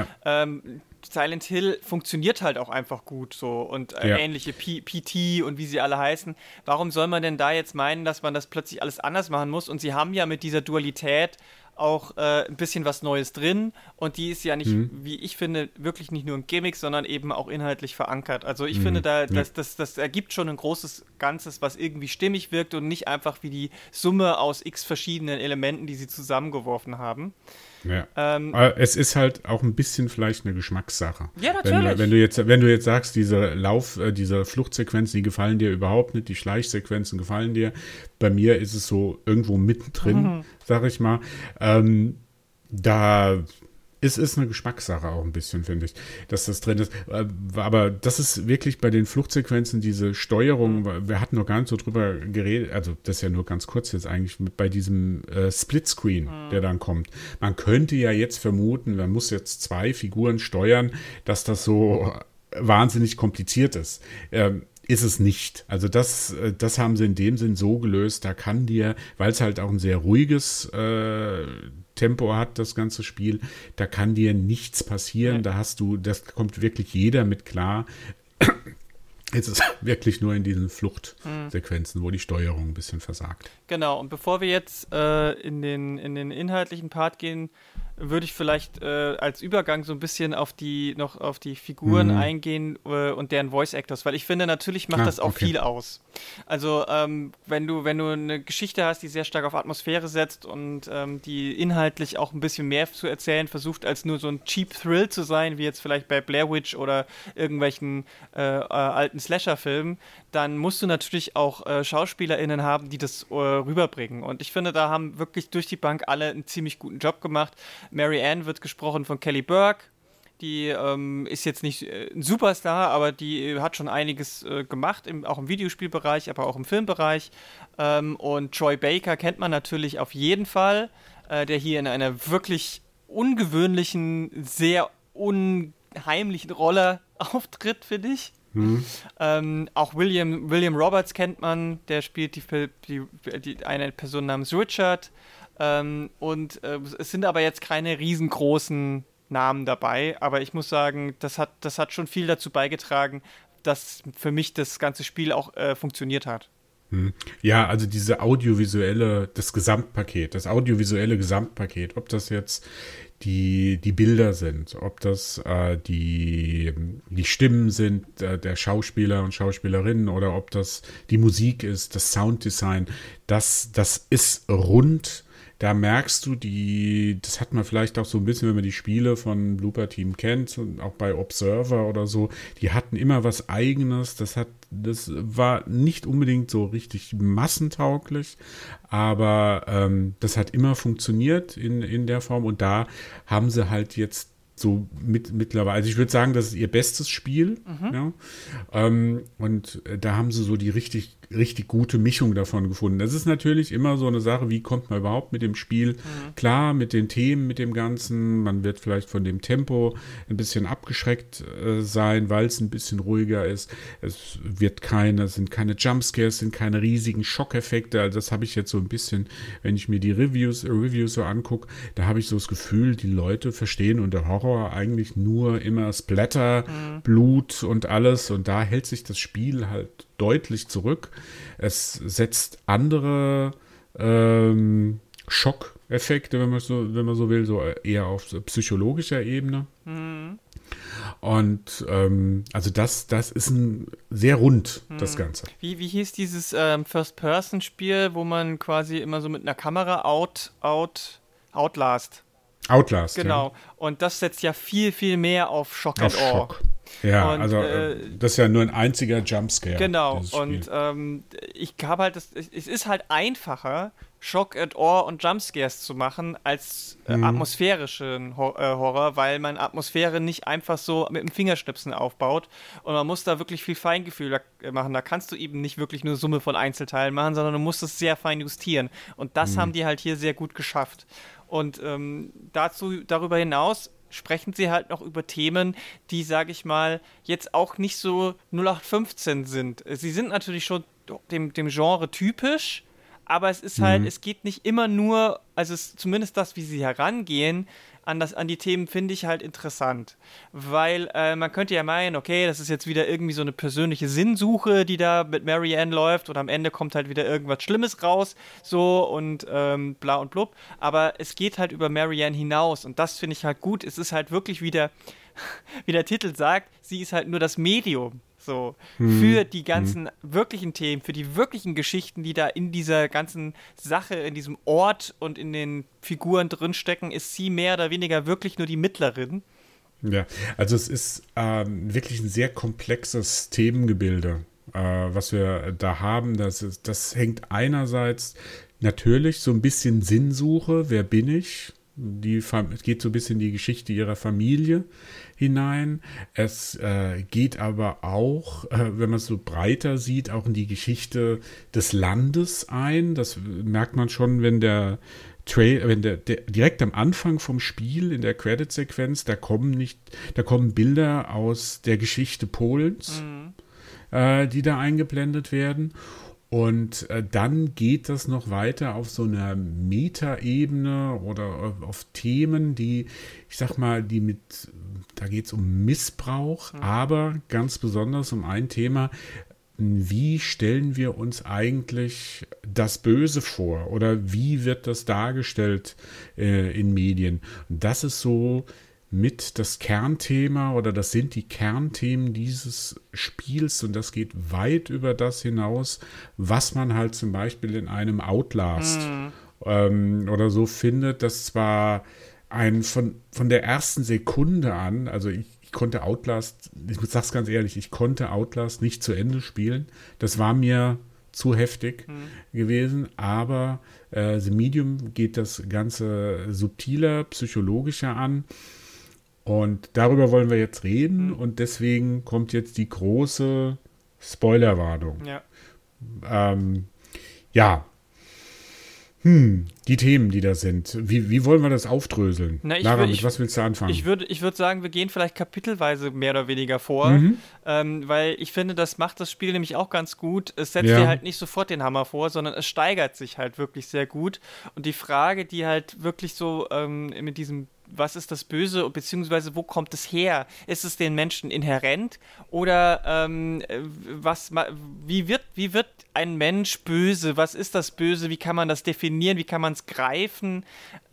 Silent Hill funktioniert halt auch einfach gut so und ähnliche PT und wie sie alle heißen. Warum soll man denn da jetzt meinen, dass man das plötzlich alles anders machen muss? Und sie haben ja mit dieser Dualität auch ein bisschen was Neues drin und die ist ja nicht, wie ich finde, wirklich nicht nur ein Gimmick, sondern eben auch inhaltlich verankert. Also ich finde, das ergibt schon ein großes Ganzes, was irgendwie stimmig wirkt und nicht einfach wie die Summe aus x verschiedenen Elementen, die sie zusammengeworfen haben.
Ja. Aber es ist halt auch ein bisschen vielleicht eine Geschmackssache.
Ja, natürlich.
Wenn du jetzt sagst, diese Fluchtsequenzen, die gefallen dir überhaupt nicht, die Schleichsequenzen gefallen dir. Bei mir ist es so irgendwo mittendrin, sag ich mal. Es ist eine Geschmackssache auch ein bisschen, finde ich, dass das drin ist. Aber das ist wirklich bei den Fluchtsequenzen, diese Steuerung, wir hatten noch gar nicht so drüber geredet, also das ist ja nur ganz kurz jetzt eigentlich, bei diesem Splitscreen, der dann kommt. Man könnte ja jetzt vermuten, man muss jetzt 2 Figuren steuern, dass das so wahnsinnig kompliziert ist. Ist es nicht. Also das haben sie in dem Sinn so gelöst, da kann dir, weil es halt auch ein sehr ruhiges Tempo hat, das ganze Spiel, da kann dir nichts passieren, das kommt wirklich jeder mit klar. Jetzt ist es wirklich nur in diesen Fluchtsequenzen, wo die Steuerung ein bisschen versagt.
Genau, und bevor wir jetzt in den inhaltlichen Part gehen, würde ich vielleicht als Übergang so ein bisschen auf die Figuren eingehen und deren Voice Actors, weil ich finde, natürlich macht das auch viel aus. Also wenn du eine Geschichte hast, die sehr stark auf Atmosphäre setzt und die inhaltlich auch ein bisschen mehr zu erzählen versucht, als nur so ein Cheap Thrill zu sein, wie jetzt vielleicht bei Blair Witch oder irgendwelchen alten Slasher-Filmen, dann musst du natürlich auch SchauspielerInnen haben, die das rüberbringen. Und ich finde, da haben wirklich durch die Bank alle einen ziemlich guten Job gemacht. Marianne wird gesprochen von Kelly Burke. Die ist jetzt nicht ein Superstar, aber die hat schon einiges gemacht, auch im Videospielbereich, aber auch im Filmbereich. Und Troy Baker kennt man natürlich auf jeden Fall, der hier in einer wirklich ungewöhnlichen, sehr unheimlichen Rolle auftritt, finde ich. Auch William Roberts kennt man, der spielt eine Person namens Richard. Es sind aber jetzt keine riesengroßen Namen dabei, aber ich muss sagen, das hat schon viel dazu beigetragen, dass für mich das ganze Spiel auch funktioniert hat.
Ja, also das audiovisuelle Gesamtpaket, ob das jetzt die Bilder sind, ob das die Stimmen sind der Schauspieler und Schauspielerinnen oder ob das die Musik ist, das Sounddesign, das ist rund. Da merkst du das hat man vielleicht auch so ein bisschen, wenn man die Spiele von Blooper Team kennt, und auch bei Observer oder so, die hatten immer was Eigenes, das war nicht unbedingt so richtig massentauglich, aber das hat immer funktioniert in der Form und da haben sie halt jetzt so mittlerweile, also ich würde sagen, das ist ihr bestes Spiel, ja? Und da haben sie so die richtig gute Mischung davon gefunden. Das ist natürlich immer so eine Sache, wie kommt man überhaupt mit dem Spiel klar, mit den Themen, mit dem Ganzen. Man wird vielleicht von dem Tempo ein bisschen abgeschreckt sein, weil es ein bisschen ruhiger ist. Es sind keine Jumpscares, sind keine riesigen Schockeffekte. Also das habe ich jetzt so ein bisschen, wenn ich mir die Reviews so angucke, da habe ich so das Gefühl, die Leute verstehen unter Horror eigentlich nur immer Splatter, Blut und alles und da hält sich das Spiel halt deutlich zurück. Es setzt andere Schockeffekte, wenn man so will, so eher auf psychologischer Ebene. Und also das ist sehr rund, das Ganze.
Wie hieß dieses First-Person-Spiel, wo man quasi immer so mit einer Kamera Outlast.
Outlast,
genau.
Ja.
Und das setzt ja viel, viel mehr auf Shock and Awe.
Schock. Ja, und, also das ist ja nur ein einziger Jumpscare.
Genau, und ich habe halt es ist halt einfacher, Shock and Awe und Jumpscares zu machen, als atmosphärischen Horror, weil man Atmosphäre nicht einfach so mit dem Fingerschnipsen aufbaut und man muss da wirklich viel Feingefühl machen. Da kannst du eben nicht wirklich nur Summe von Einzelteilen machen, sondern du musst es sehr fein justieren. Und das haben die halt hier sehr gut geschafft. Und darüber hinaus sprechen sie halt noch über Themen, die, sage ich mal, jetzt auch nicht so 0815 sind. Sie sind natürlich schon dem Genre typisch, aber es ist halt, es geht nicht immer nur, also zumindest das, wie sie herangehen, an die Themen finde ich halt interessant, weil man könnte ja meinen, okay, das ist jetzt wieder irgendwie so eine persönliche Sinnsuche, die da mit Marianne läuft und am Ende kommt halt wieder irgendwas Schlimmes raus, so und bla und blub, aber es geht halt über Marianne hinaus und das finde ich halt gut, es ist halt wirklich wieder, wie der Titel sagt, sie ist halt nur das Medium. So, für die ganzen wirklichen Themen, für die wirklichen Geschichten, die da in dieser ganzen Sache, in diesem Ort und in den Figuren drinstecken, ist sie mehr oder weniger wirklich nur die Mittlerin.
Ja, also es ist wirklich ein sehr komplexes Themengebilde, was wir da haben. Das hängt einerseits natürlich so ein bisschen Sinnsuche, wer bin ich? Es geht so ein bisschen in die Geschichte ihrer Familie hinein. Es geht aber auch, wenn man es so breiter sieht, auch in die Geschichte des Landes ein. Das merkt man schon, wenn direkt am Anfang vom Spiel in der Credit-Sequenz, da kommen Bilder aus der Geschichte Polens, die da eingeblendet werden. Und dann geht das noch weiter auf so einer Metaebene oder auf Themen, die, ich sag mal, da geht es um Missbrauch, aber ganz besonders um ein Thema, wie stellen wir uns eigentlich das Böse vor oder wie wird das dargestellt in Medien? Und das ist so mit das Kernthema oder das sind die Kernthemen dieses Spiels und das geht weit über das hinaus, was man halt zum Beispiel in einem Outlast oder so findet. Das war von der ersten Sekunde an, also ich konnte Outlast, ich sag's ganz ehrlich, ich konnte Outlast nicht zu Ende spielen. Das war mir zu heftig gewesen, aber The Medium geht das Ganze subtiler, psychologischer an. Und darüber wollen wir jetzt reden und deswegen kommt jetzt die große Spoilerwarnung.
Ja.
Ja. Die Themen, die da sind. Wie wollen wir das aufdröseln?
Na,
Lara, mit was willst du anfangen?
Ich würd sagen, wir gehen vielleicht kapitelweise mehr oder weniger vor, weil ich finde, das macht das Spiel nämlich auch ganz gut. Es setzt dir halt nicht sofort den Hammer vor, sondern es steigert sich halt wirklich sehr gut. Und die Frage, die halt wirklich so mit diesem was ist das Böse, beziehungsweise wo kommt es her? Ist es den Menschen inhärent oder wie wird ein Mensch böse? Was ist das Böse? Wie kann man das definieren? Wie kann man es greifen?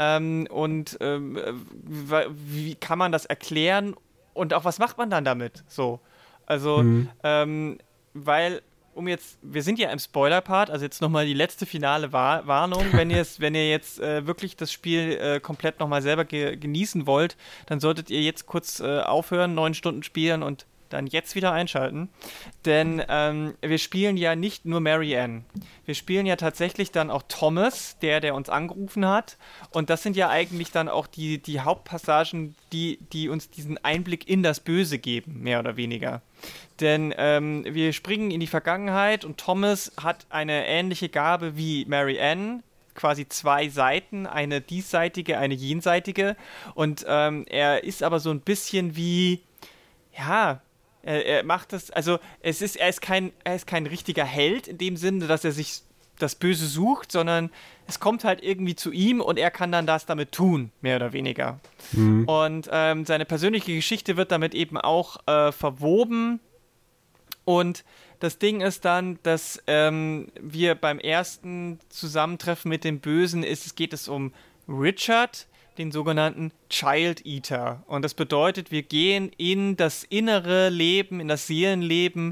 Wie kann man das erklären? Und auch was macht man dann damit? So, also, weil wir sind ja im Spoiler-Part, also jetzt nochmal die letzte finale Warnung, wenn ihr jetzt wirklich das Spiel komplett nochmal selber genießen wollt, dann solltet ihr jetzt kurz aufhören, 9 Stunden spielen und dann jetzt wieder einschalten, denn wir spielen ja nicht nur Marianne, wir spielen ja tatsächlich dann auch Thomas, der uns angerufen hat, und das sind ja eigentlich dann auch die Hauptpassagen, die uns diesen Einblick in das Böse geben, mehr oder weniger. Denn wir springen in die Vergangenheit und Thomas hat eine ähnliche Gabe wie Marianne, quasi 2 Seiten, eine diesseitige, eine jenseitige, und er ist aber so ein bisschen wie, ja, er macht das, also er ist kein richtiger Held in dem Sinne, dass er sich das Böse sucht, sondern es kommt halt irgendwie zu ihm und er kann dann das damit tun, mehr oder weniger. Und seine persönliche Geschichte wird damit eben auch verwoben. Und das Ding ist dann, dass wir beim ersten Zusammentreffen mit dem Bösen geht es um Richard, den sogenannten Child Eater. Und das bedeutet, wir gehen in das innere Leben, in das Seelenleben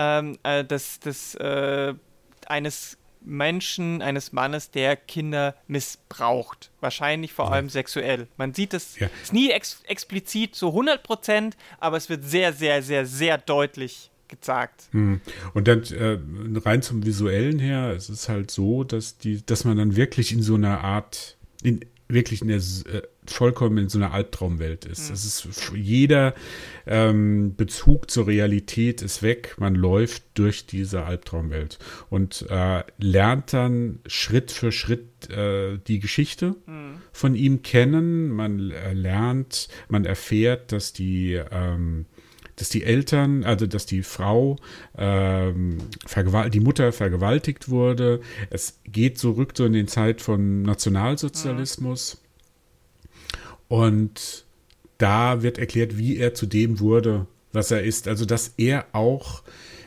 eines Menschen, eines Mannes, der Kinder missbraucht. Wahrscheinlich vor allem sexuell. Man sieht es ist nie explizit zu 100%, aber es wird sehr, sehr, sehr, sehr deutlich gesagt.
Und dann rein zum Visuellen her, es ist halt so, dass man dann wirklich in so einer Art, vollkommen in so einer Albtraumwelt ist. Es ist jeder Bezug zur Realität ist weg. Man läuft durch diese Albtraumwelt und lernt dann Schritt für Schritt die Geschichte von ihm kennen. Man erfährt, dass die Eltern, also dass die Frau, die Mutter vergewaltigt wurde. Es geht zurück so in den Zeit von Nationalsozialismus. Und da wird erklärt, wie er zu dem wurde, was er ist. Also dass er auch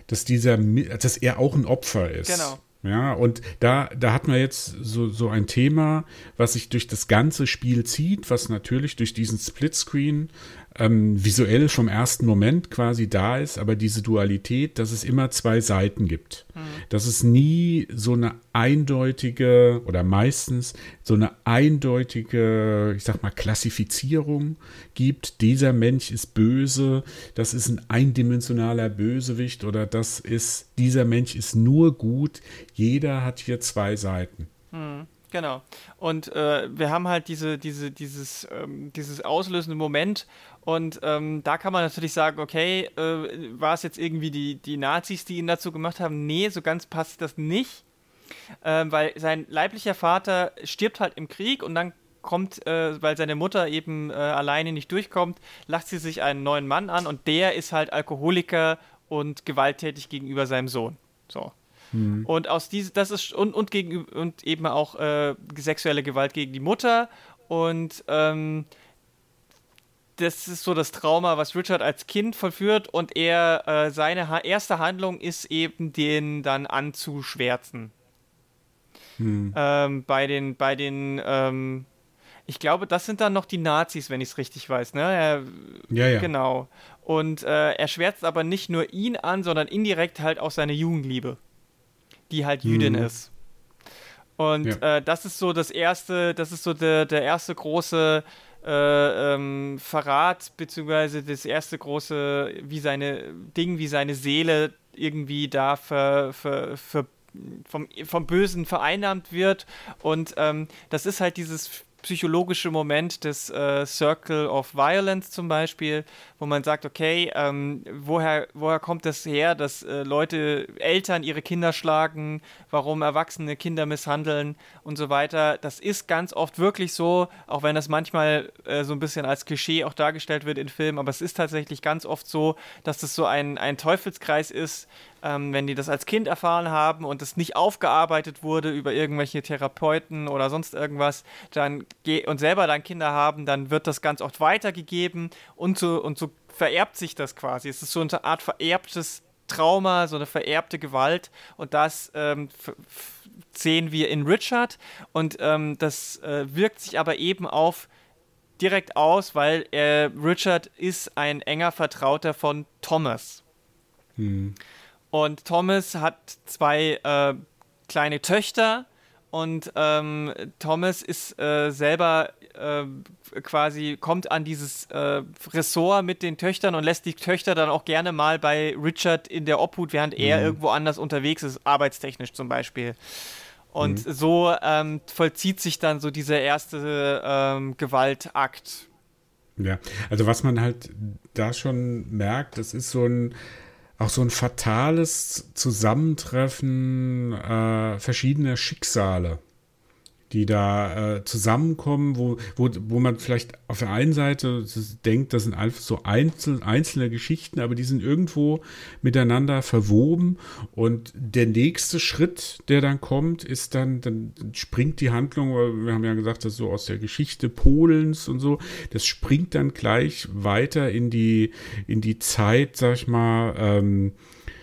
ein Opfer ist.
Genau.
Ja, und da hat man jetzt so ein Thema, was sich durch das ganze Spiel zieht, was natürlich durch diesen Splitscreen visuell vom ersten Moment quasi da ist, aber diese Dualität, dass es immer 2 Seiten gibt. Dass es nie so eine eindeutige oder meistens so eine eindeutige, ich sag mal, Klassifizierung gibt. Dieser Mensch ist böse, das ist ein eindimensionaler Bösewicht oder dieser Mensch ist nur gut. Jeder hat hier 2 Seiten.
Genau. Und wir haben halt dieses auslösende Moment und da kann man natürlich sagen, okay, war es jetzt irgendwie die Nazis, die ihn dazu gemacht haben? Nee, so ganz passt das nicht, weil sein leiblicher Vater stirbt halt im Krieg und dann kommt, weil seine Mutter eben alleine nicht durchkommt, lacht sie sich einen neuen Mann an und der ist halt Alkoholiker und gewalttätig gegenüber seinem Sohn. So. Und das ist und eben auch sexuelle Gewalt gegen die Mutter und das ist so das Trauma, was Richard als Kind vollführt und seine erste Handlung ist eben, den dann anzuschwärzen. Bei den ich glaube, das sind dann noch die Nazis, wenn ich es richtig weiß, ne?
Ja.
Genau. Und er schwärzt aber nicht nur ihn an, sondern indirekt halt auch seine Jugendliebe, die halt Jüdin ist. Und das ist so der erste große Verrat, beziehungsweise das erste große, wie seine Seele irgendwie da vom Bösen vereinnahmt wird. Und das ist halt dieses psychologische Moment des Circle of Violence zum Beispiel, wo man sagt, okay, woher kommt das her, dass Eltern ihre Kinder schlagen, warum Erwachsene Kinder misshandeln und so weiter. Das ist ganz oft wirklich so, auch wenn das manchmal so ein bisschen als Klischee auch dargestellt wird in Filmen, aber es ist tatsächlich ganz oft so, dass das so ein Teufelskreis ist, wenn die das als Kind erfahren haben und es nicht aufgearbeitet wurde über irgendwelche Therapeuten oder sonst irgendwas, und selber dann Kinder haben, dann wird das ganz oft weitergegeben und so vererbt sich das quasi. Es ist so eine Art vererbtes Trauma, so eine vererbte Gewalt und das sehen wir in Richard und das wirkt sich aber eben direkt aus, weil Richard ist ein enger Vertrauter von Thomas. Und Thomas hat 2 kleine Töchter und Thomas ist selber quasi, kommt an dieses Ressort mit den Töchtern und lässt die Töchter dann auch gerne mal bei Richard in der Obhut, während er irgendwo anders unterwegs ist, arbeitstechnisch zum Beispiel. Und so vollzieht sich dann so dieser erste Gewaltakt.
Ja, also was man halt da schon merkt, das ist auch so ein fatales Zusammentreffen verschiedener Schicksale, die da zusammenkommen, wo man vielleicht auf der einen Seite denkt, das sind einfach so einzelne Geschichten, aber die sind irgendwo miteinander verwoben und der nächste Schritt, der dann kommt, ist dann springt die Handlung, wir haben ja gesagt, das ist so aus der Geschichte Polens und so, das springt dann gleich weiter in die Zeit, sag ich mal,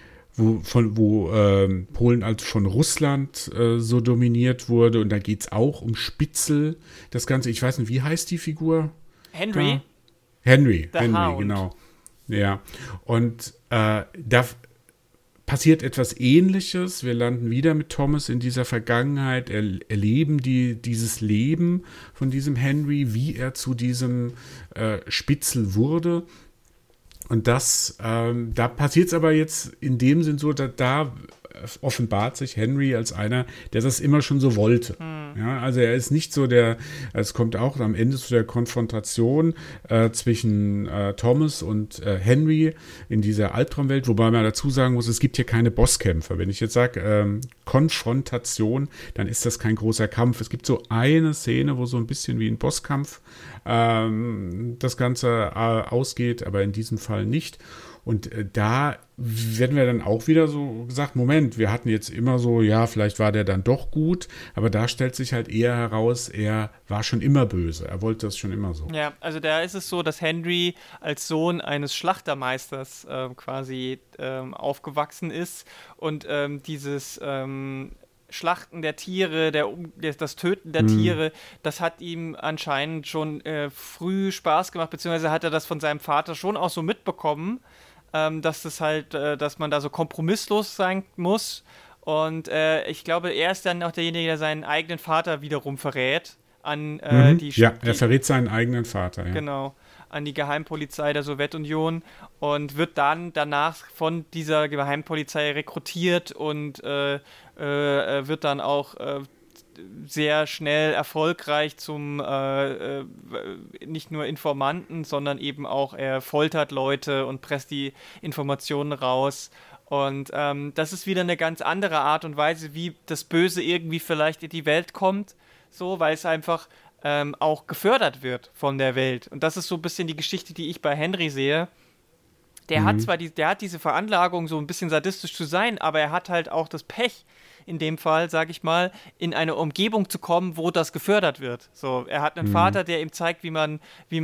wo Polen als von Russland so dominiert wurde und da geht es auch um Spitzel, das Ganze, ich weiß nicht, wie heißt die Figur?
Henry,
Henry,
Hound.
Genau. Ja, und da passiert etwas Ähnliches, wir landen wieder mit Thomas in dieser Vergangenheit, erleben dieses Leben von diesem Henry, wie er zu diesem Spitzel wurde. Und da passiert es aber jetzt in dem Sinn so, da offenbart sich Henry als einer, der das immer schon so wollte. Ja, also er ist nicht so es kommt auch am Ende zu der Konfrontation zwischen Thomas und Henry in dieser Albtraumwelt, wobei man dazu sagen muss, es gibt hier keine Bosskämpfer. Wenn ich jetzt sage Konfrontation, dann ist das kein großer Kampf. Es gibt so eine Szene, wo so ein bisschen wie ein Bosskampf das Ganze ausgeht, aber in diesem Fall nicht. Und da werden wir dann auch wieder so gesagt, Moment, wir hatten jetzt immer so, ja, vielleicht war der dann doch gut, aber da stellt sich halt eher heraus, er war schon immer böse, er wollte das schon immer so.
Ja, also da ist es so, dass Henry als Sohn eines Schlachtermeisters quasi aufgewachsen ist und dieses Schlachten der Tiere, das Töten der Tiere, das hat ihm anscheinend schon früh Spaß gemacht, beziehungsweise hat er das von seinem Vater schon auch so mitbekommen, dass man da so kompromisslos sein muss. Und ich glaube, er ist dann auch derjenige, der seinen eigenen Vater wiederum verrät an
Ja, er verrät seinen eigenen Vater. Ja.
Genau, an die Geheimpolizei der Sowjetunion und wird dann danach von dieser Geheimpolizei rekrutiert und wird dann auch sehr schnell erfolgreich zum nicht nur Informanten, sondern eben auch er foltert Leute und presst die Informationen raus. Und das ist wieder eine ganz andere Art und Weise, wie das Böse irgendwie vielleicht in die Welt kommt, so, weil es einfach auch gefördert wird von der Welt. Und das ist so ein bisschen die Geschichte, die ich bei Henry sehe. Der hat zwar der hat diese Veranlagung, so ein bisschen sadistisch zu sein, aber er hat halt auch das Pech, in dem Fall, sage ich mal, in eine Umgebung zu kommen, wo das gefördert wird. So, er hat einen Vater, der ihm zeigt, wie man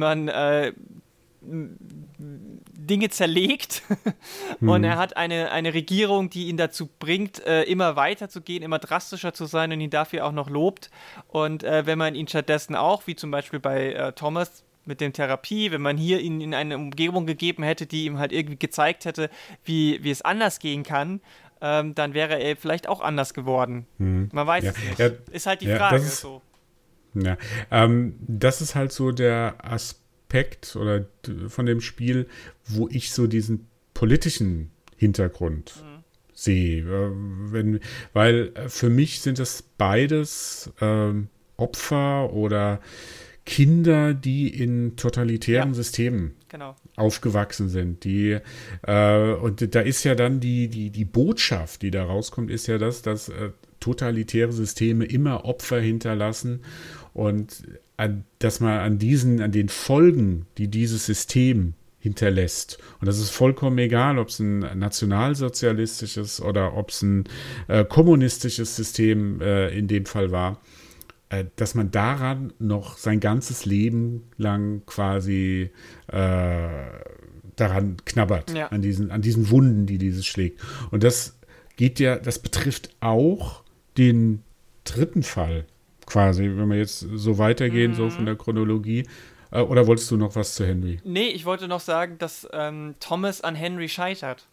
Dinge zerlegt und er hat eine Regierung, die ihn dazu bringt, immer weiter zu gehen, immer drastischer zu sein und ihn dafür auch noch lobt. Und wenn man ihn stattdessen auch, wie zum Beispiel bei Thomas mit der Therapie, wenn man hier ihn in eine Umgebung gegeben hätte, die ihm halt irgendwie gezeigt hätte, wie es anders gehen kann, dann wäre er vielleicht auch anders geworden. Man weiß es nicht. Ja, ist halt die Frage. So.
Ja, das ist halt so der Aspekt oder von dem Spiel, wo ich so diesen politischen Hintergrund sehe. Weil für mich sind das beides Opfer oder Kinder, die in totalitären Systemen aufgewachsen sind. Und da ist ja dann die Botschaft, die da rauskommt, ist ja dass totalitäre Systeme immer Opfer hinterlassen und dass man an den Folgen, die dieses System hinterlässt. Und das ist vollkommen egal, ob es ein nationalsozialistisches oder ob es ein kommunistisches System in dem Fall war, dass man daran noch sein ganzes Leben lang quasi daran knabbert, an diesen Wunden, die dieses schlägt. Und das betrifft auch den dritten Fall quasi, wenn wir jetzt so weitergehen, so von der Chronologie. Oder wolltest du noch was zu Henry?
Nee, ich wollte noch sagen, dass Thomas an Henry scheitert.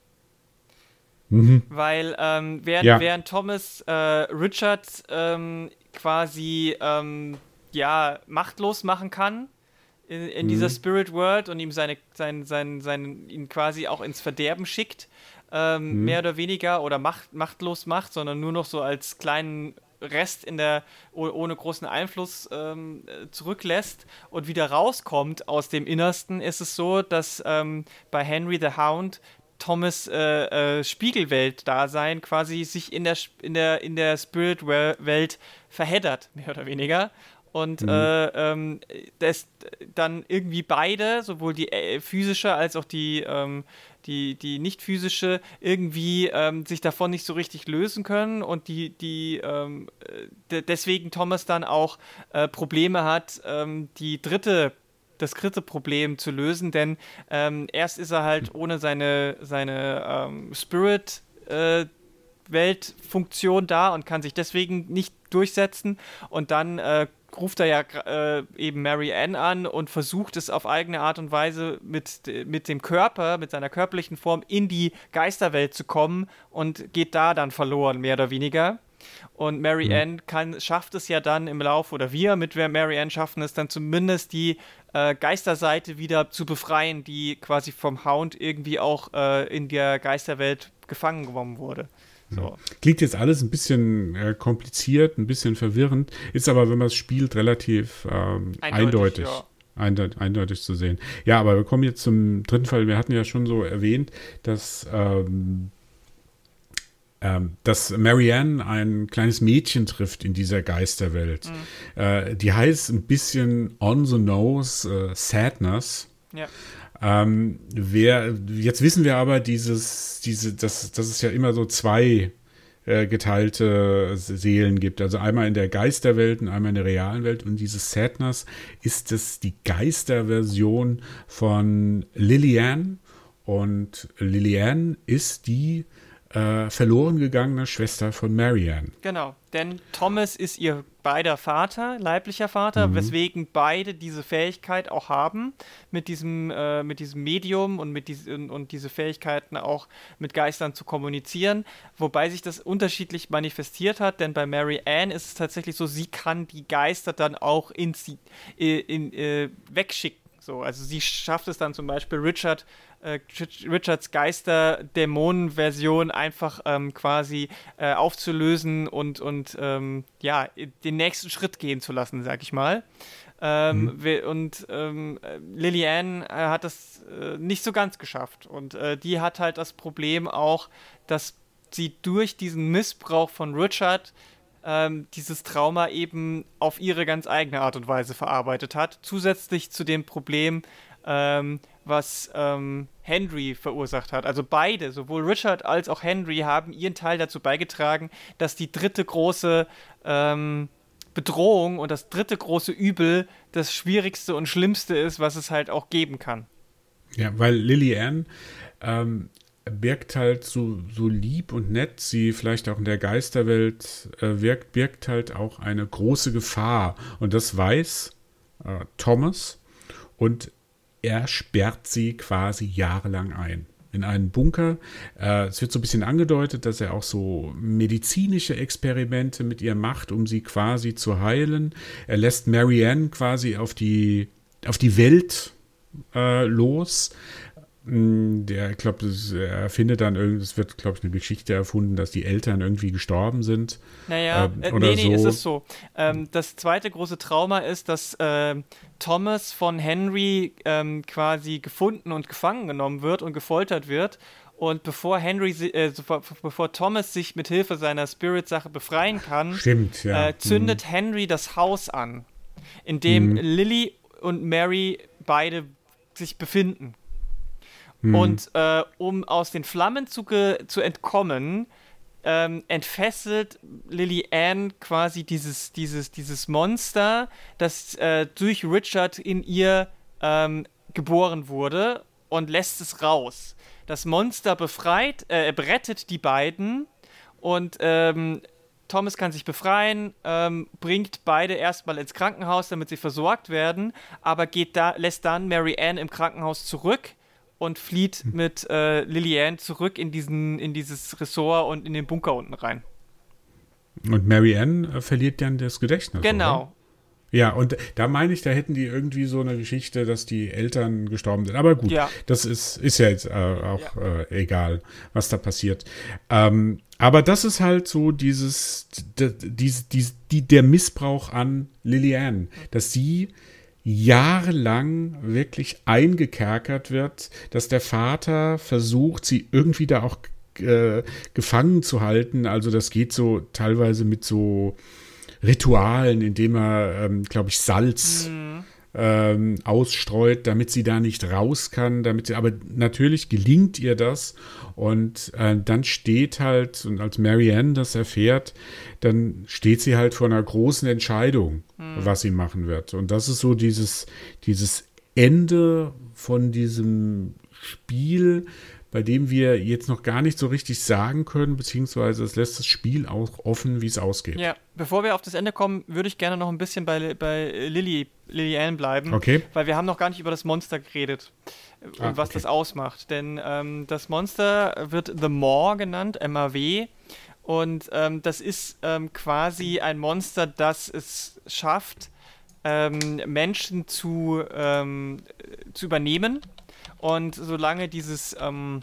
Weil während Thomas Richard quasi machtlos machen kann in dieser Spirit World und ihm ihn quasi auch ins Verderben schickt, mehr oder weniger, oder machtlos macht, sondern nur noch so als kleinen Rest ohne großen Einfluss zurücklässt und wieder rauskommt aus dem Innersten, ist es so, dass bei Henry the Hound Thomas Spiegelwelt-Dasein quasi sich in der Spirit-Welt verheddert, mehr oder weniger. Und das dann irgendwie beide, sowohl die physische als auch die nicht physische, irgendwie sich davon nicht so richtig lösen können und deswegen Thomas dann auch Probleme hat, das dritte Problem zu lösen, denn erst ist er halt ohne seine Spirit Weltfunktion da und kann sich deswegen nicht durchsetzen, und dann ruft er ja eben Mary Ann an und versucht es auf eigene Art und Weise mit dem Körper, mit seiner körperlichen Form in die Geisterwelt zu kommen und geht da dann verloren, mehr oder weniger. Und Mary Ann schafft es ja dann im Lauf, oder wir mit Mary Ann schaffen es dann zumindest, die Geisterseite wieder zu befreien, die quasi vom Hound irgendwie auch in der Geisterwelt gefangen genommen wurde. So.
Klingt jetzt alles ein bisschen kompliziert, ein bisschen verwirrend, ist aber, wenn man es spielt, relativ eindeutig zu sehen. Ja, aber wir kommen jetzt zum dritten Fall. Wir hatten ja schon so erwähnt, dass Mary Ann ein kleines Mädchen trifft in dieser Geisterwelt. Die heißt ein bisschen on the nose Sadness. Ja. Jetzt wissen wir aber, dass es ja immer so zwei geteilte Seelen gibt. Also einmal in der Geisterwelt und einmal in der realen Welt. Und diese Sadness ist es die Geisterversion von Liliane. Und Liliane ist die verloren gegangene Schwester von Mary Ann.
Genau, denn Thomas ist ihr beider Vater, leiblicher Vater, weswegen beide diese Fähigkeit auch haben, mit diesem Medium und diese Fähigkeiten auch mit Geistern zu kommunizieren, wobei sich das unterschiedlich manifestiert hat, denn bei Mary Ann ist es tatsächlich so, sie kann die Geister dann auch wegschicken. So, also sie schafft es dann zum Beispiel Richards Geister-Dämonen-Version einfach quasi aufzulösen und den nächsten Schritt gehen zu lassen, sag ich mal. Liliane hat das nicht so ganz geschafft. Und die hat halt das Problem auch, dass sie durch diesen Missbrauch von Richard dieses Trauma eben auf ihre ganz eigene Art und Weise verarbeitet hat. Zusätzlich zu dem Problem, was Henry verursacht hat. Also beide, sowohl Richard als auch Henry, haben ihren Teil dazu beigetragen, dass die dritte große Bedrohung und das dritte große Übel das Schwierigste und Schlimmste ist, was es halt auch geben kann.
Ja, weil Liliane birgt halt so lieb und nett, sie vielleicht auch in der Geisterwelt birgt halt auch eine große Gefahr. Und das weiß Thomas, und er sperrt sie quasi jahrelang ein in einen Bunker. Es wird so ein bisschen angedeutet, dass er auch so medizinische Experimente mit ihr macht, um sie quasi zu heilen. Er lässt Mary Ann quasi auf die Welt los, Ich glaube, er findet dann es wird, glaube ich, eine Geschichte erfunden, dass die Eltern irgendwie gestorben sind.
Naja,
oder
nee,
so.
es ist so. Das zweite große Trauma ist, dass Thomas von Henry quasi gefunden und gefangen genommen wird und gefoltert wird. Und bevor Thomas sich mit Hilfe seiner Spirit-Sache befreien kann,
Stimmt, ja.
zündet Henry das Haus an, in dem Lily und Mary beide sich befinden. Und um aus den Flammen zu entkommen, entfesselt Lily Ann quasi dieses Monster, das durch Richard in ihr geboren wurde, und lässt es raus. Das Monster rettet die beiden, und Thomas kann sich befreien, bringt beide erstmal ins Krankenhaus, damit sie versorgt werden, aber lässt dann Mary Ann im Krankenhaus zurück und flieht mit Lily Ann zurück in dieses Ressort und in den Bunker unten rein.
Und Mary Ann verliert dann das Gedächtnis.
Genau.
Oder? Ja, und da meine ich, da hätten die irgendwie so eine Geschichte, dass die Eltern gestorben sind. Aber gut, das ist ja jetzt auch egal, was da passiert. Aber das ist halt so der Missbrauch an Lily Ann, dass sie jahrelang wirklich eingekerkert wird, dass der Vater versucht, sie irgendwie da auch gefangen zu halten. Also das geht so teilweise mit so Ritualen, indem er, glaube ich, Salz ausstreut, damit sie da nicht raus kann. Aber natürlich gelingt ihr das. Und dann steht halt, und als Mary Ann das erfährt, dann steht sie halt vor einer großen Entscheidung, was sie machen wird. Und das ist so dieses Ende von diesem Spiel, bei dem wir jetzt noch gar nicht so richtig sagen können, beziehungsweise es lässt das Spiel auch offen, wie es ausgeht.
Ja, bevor wir auf das Ende kommen, würde ich gerne noch ein bisschen bei Lily Ann bleiben,
okay,
weil wir haben noch gar nicht über das Monster geredet und was das ausmacht. Denn das Monster wird The Maw genannt, MAW, und das ist quasi ein Monster, das es schafft, Menschen zu übernehmen. Und solange dieses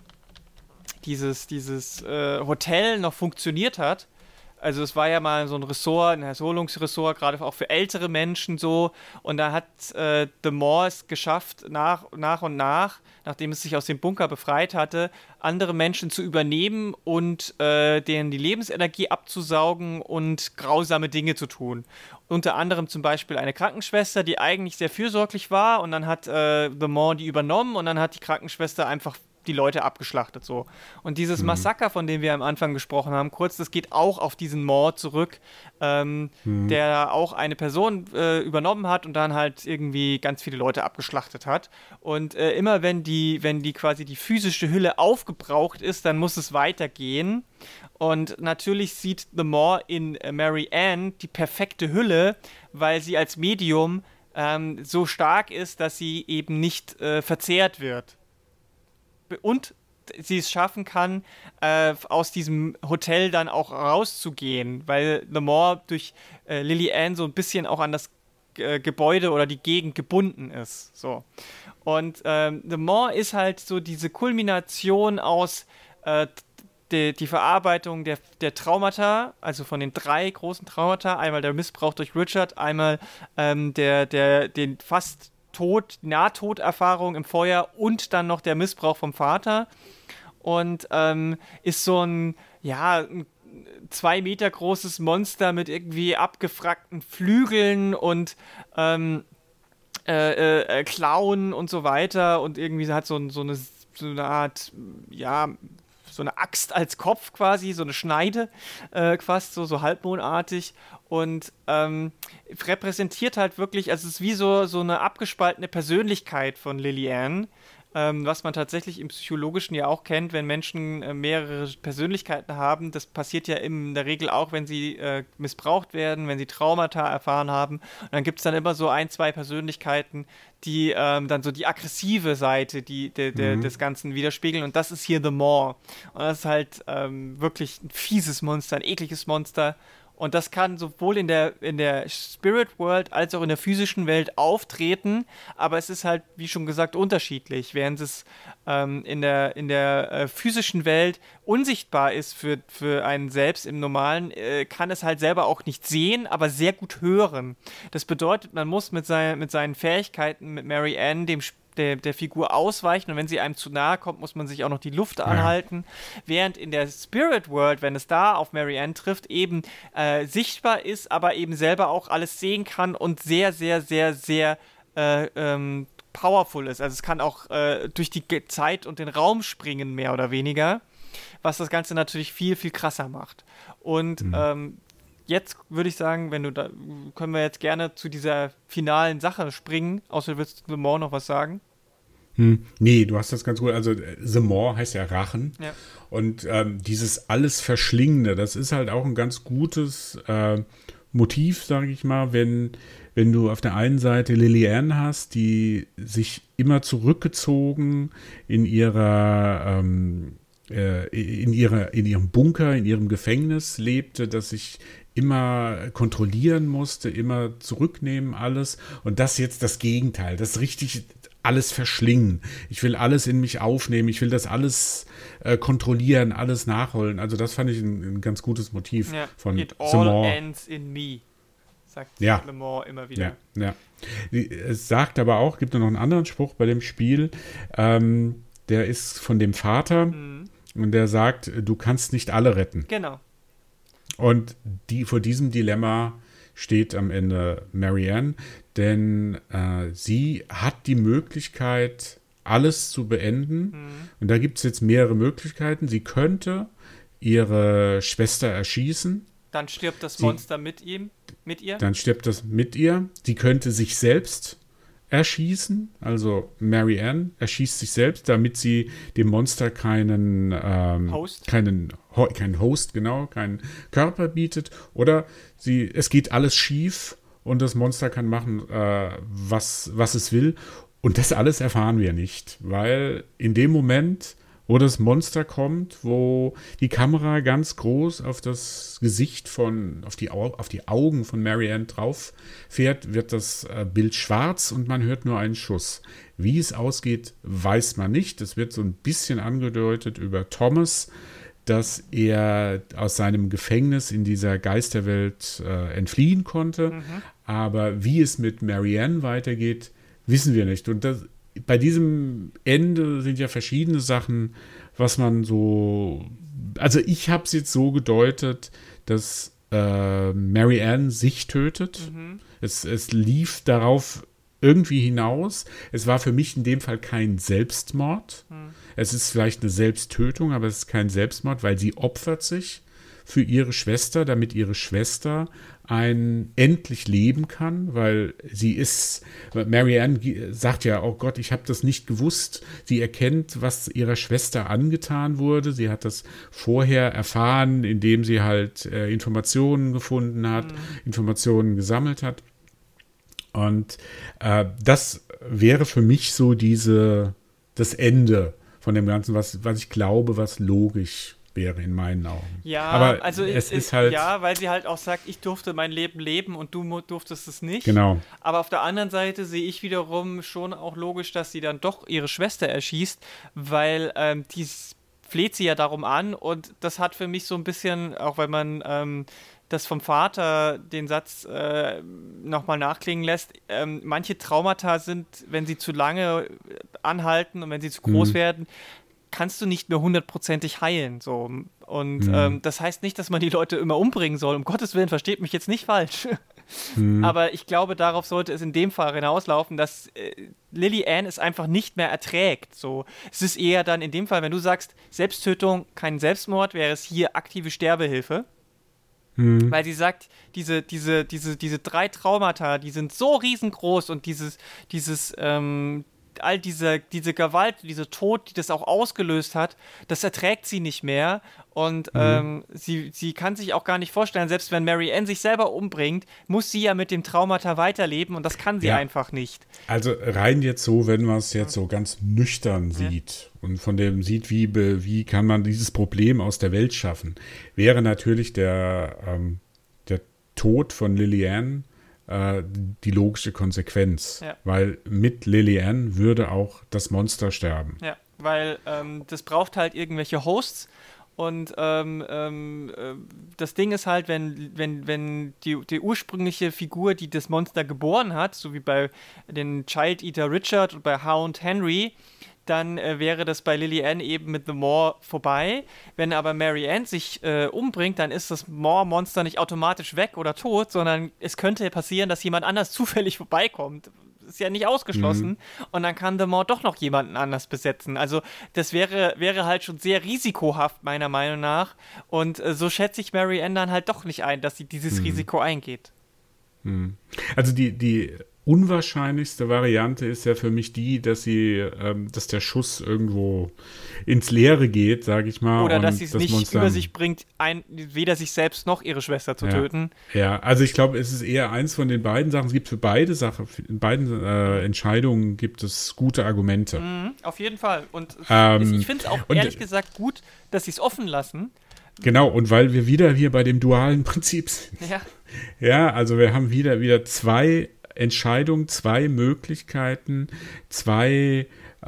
Hotel noch funktioniert hat, also es war ja mal so ein Ressort, ein Erholungsressort, gerade auch für ältere Menschen so, und da hat The Maw es geschafft, nach und nach, nachdem es sich aus dem Bunker befreit hatte, andere Menschen zu übernehmen und denen die Lebensenergie abzusaugen und grausame Dinge zu tun. Unter anderem zum Beispiel eine Krankenschwester, die eigentlich sehr fürsorglich war, und dann hat The Maw die übernommen, und dann hat die Krankenschwester einfach die Leute abgeschlachtet so. Und dieses Massaker, von dem wir am Anfang gesprochen haben, das geht auch auf diesen Mord zurück, der auch eine Person übernommen hat und dann halt irgendwie ganz viele Leute abgeschlachtet hat. Und immer wenn die quasi die physische Hülle aufgebraucht ist, dann muss es weitergehen. Und natürlich sieht The Maw in Mary Ann die perfekte Hülle, weil sie als Medium so stark ist, dass sie eben nicht verzehrt wird. Und sie es schaffen kann, aus diesem Hotel dann auch rauszugehen, weil The Maw durch Lily Ann so ein bisschen auch an das Gebäude oder die Gegend gebunden ist. So. Und The Maw ist halt so diese Kulmination aus die Verarbeitung der Traumata, also von den 3 großen Traumata, einmal der Missbrauch durch Richard, einmal den fast Nahtoderfahrung im Feuer und dann noch der Missbrauch vom Vater, und ist so ein 2 Meter großes Monster mit irgendwie abgefragten Flügeln und Klauen und so weiter, und irgendwie hat so eine Art, so eine Axt als Kopf quasi, so eine Schneide, fast so halbmondartig, und repräsentiert halt wirklich, also es ist wie so eine abgespaltene Persönlichkeit von Lily Ann, was man tatsächlich im Psychologischen ja auch kennt, wenn Menschen mehrere Persönlichkeiten haben. Das passiert ja in der Regel auch, wenn sie missbraucht werden, wenn sie Traumata erfahren haben. Und dann gibt es dann immer so 1, 2 Persönlichkeiten, die dann so die aggressive Seite des Ganzen widerspiegeln. Und das ist hier The Maw. Und das ist halt wirklich ein fieses Monster, ein ekliges Monster. Und das kann sowohl in der Spirit World als auch in der physischen Welt auftreten, aber es ist halt, wie schon gesagt, unterschiedlich. Während es in der physischen Welt unsichtbar ist für einen selbst im Normalen, kann es halt selber auch nicht sehen, aber sehr gut hören. Das bedeutet, man muss mit seinen Fähigkeiten mit Mary Ann der Figur ausweichen, und wenn sie einem zu nahe kommt, muss man sich auch noch die Luft anhalten. Während in der Spirit World, wenn es da auf Mary Ann trifft, eben sichtbar ist, aber eben selber auch alles sehen kann und sehr, sehr, sehr, sehr powerful ist. Also es kann auch durch die Zeit und den Raum springen, mehr oder weniger, was das Ganze natürlich viel, viel krasser macht. Und jetzt würde ich sagen, können wir jetzt gerne zu dieser finalen Sache springen, außer du willst Le Mans noch was sagen?
Nee, du hast das ganz gut. Also The Maw heißt ja Rachen.
Ja.
Und dieses alles Verschlingende, das ist halt auch ein ganz gutes Motiv, sage ich mal, wenn du auf der einen Seite Lily-Anne hast, die sich immer zurückgezogen in ihrem Bunker, in ihrem Gefängnis lebte, dass sich immer kontrollieren musste, immer zurücknehmen alles, und das jetzt das Gegenteil, das richtig alles verschlingen. Ich will alles in mich aufnehmen, ich will das alles kontrollieren, alles nachholen. Also das fand ich ein ganz gutes Motiv von
It all ends in me, sagt Le Mans immer wieder.
Ja. Es sagt aber auch, gibt noch einen anderen Spruch bei dem Spiel, der ist von dem Vater, und der sagt, du kannst nicht alle retten.
Genau.
Und vor diesem Dilemma steht am Ende Mary Ann, denn sie hat die Möglichkeit, alles zu beenden. Und da gibt es jetzt mehrere Möglichkeiten. Sie könnte ihre Schwester erschießen.
Dann stirbt das Monster mit ihr.
Dann stirbt das mit ihr. Sie könnte sich selbst erschießen, also Mary Ann erschießt sich selbst, damit sie dem Monster keinen Host, genau, keinen Körper bietet, oder es geht alles schief und das Monster kann machen, was es will, und das alles erfahren wir nicht, weil in dem Moment, wo das Monster kommt, wo die Kamera ganz groß auf das Gesicht auf die Augen von Mary Ann drauf fährt, wird das Bild schwarz und man hört nur einen Schuss. Wie es ausgeht, weiß man nicht. Es wird so ein bisschen angedeutet über Thomas, dass er aus seinem Gefängnis in dieser Geisterwelt entfliehen konnte. Aber wie es mit Mary Ann weitergeht, wissen wir nicht. Und bei diesem Ende sind ja verschiedene Sachen, was man so. Also ich habe es jetzt so gedeutet, dass Mary Ann sich tötet. Es lief darauf irgendwie hinaus. Es war für mich in dem Fall kein Selbstmord. Es ist vielleicht eine Selbsttötung, aber es ist kein Selbstmord, weil sie opfert sich für ihre Schwester, damit ihre Schwester endlich leben kann, weil Mary Ann sagt ja, oh Gott, ich habe das nicht gewusst. Sie erkennt, was ihrer Schwester angetan wurde. Sie hat das vorher erfahren, indem sie halt Informationen gefunden hat, Informationen gesammelt hat. Und das wäre für mich so das Ende von dem Ganzen, was ich glaube, was logisch wäre in meinen Augen.
Ja,
aber
also
es ist halt.
Ja, weil sie halt auch sagt, ich durfte mein Leben leben und du durftest es nicht.
Genau.
Aber auf der anderen Seite sehe ich wiederum schon auch logisch, dass sie dann doch ihre Schwester erschießt, weil die fleht sie ja darum an, und das hat für mich so ein bisschen, auch wenn man das vom Vater den Satz nochmal nachklingen lässt, manche Traumata sind, wenn sie zu lange anhalten und wenn sie zu groß werden, kannst du nicht mehr 100%ig heilen. So. Und das heißt nicht, dass man die Leute immer umbringen soll. Um Gottes Willen, versteht mich jetzt nicht falsch. Aber ich glaube, darauf sollte es in dem Fall hinauslaufen, dass Lily-Anne es einfach nicht mehr erträgt. So. Es ist eher dann in dem Fall, wenn du sagst, Selbsttötung, kein Selbstmord, wäre es hier aktive Sterbehilfe. Weil sie sagt, diese 3 Traumata, die sind so riesengroß, und all diese Gewalt, dieser Tod, die das auch ausgelöst hat, das erträgt sie nicht mehr. Und sie kann sich auch gar nicht vorstellen, selbst wenn Mary Ann sich selber umbringt, muss sie ja mit dem Traumata weiterleben, und das kann sie einfach nicht.
Also rein jetzt so, wenn man es jetzt so ganz nüchtern sieht und von dem sieht, wie kann man dieses Problem aus der Welt schaffen, wäre natürlich der Tod von Liliane die logische Konsequenz.
Ja.
Weil mit Liliane würde auch das Monster sterben.
Ja, weil das braucht halt irgendwelche Hosts. Und das Ding ist halt, wenn die ursprüngliche Figur, die das Monster geboren hat, so wie bei den Child Eater Richard und bei Hound Henry, dann wäre das bei Liliane eben mit The Maw vorbei. Wenn aber Marianne sich umbringt, dann ist das Maw-Monster nicht automatisch weg oder tot, sondern es könnte passieren, dass jemand anders zufällig vorbeikommt. Ist ja nicht ausgeschlossen. Und dann kann The Maw doch noch jemanden anders besetzen. Also das wäre halt schon sehr risikohaft, meiner Meinung nach. Und so schätze ich Marianne dann halt doch nicht ein, dass sie dieses Risiko eingeht.
Also die unwahrscheinlichste Variante ist ja für mich die, dass der Schuss irgendwo ins Leere geht, sage ich mal.
Oder
und
dass sie es nicht
Monster
über sich bringt, weder sich selbst noch ihre Schwester zu töten.
Ja, also ich glaube, es ist eher eins von den beiden Sachen. Es gibt für beide Sachen, in beiden Entscheidungen gibt es gute Argumente.
Auf jeden Fall. Und ich finde es auch ehrlich gesagt gut, dass sie es offen lassen.
Genau, und weil wir wieder hier bei dem dualen Prinzip sind.
Ja.
Ja, also wir haben wieder zwei Entscheidungen, zwei Möglichkeiten, zwei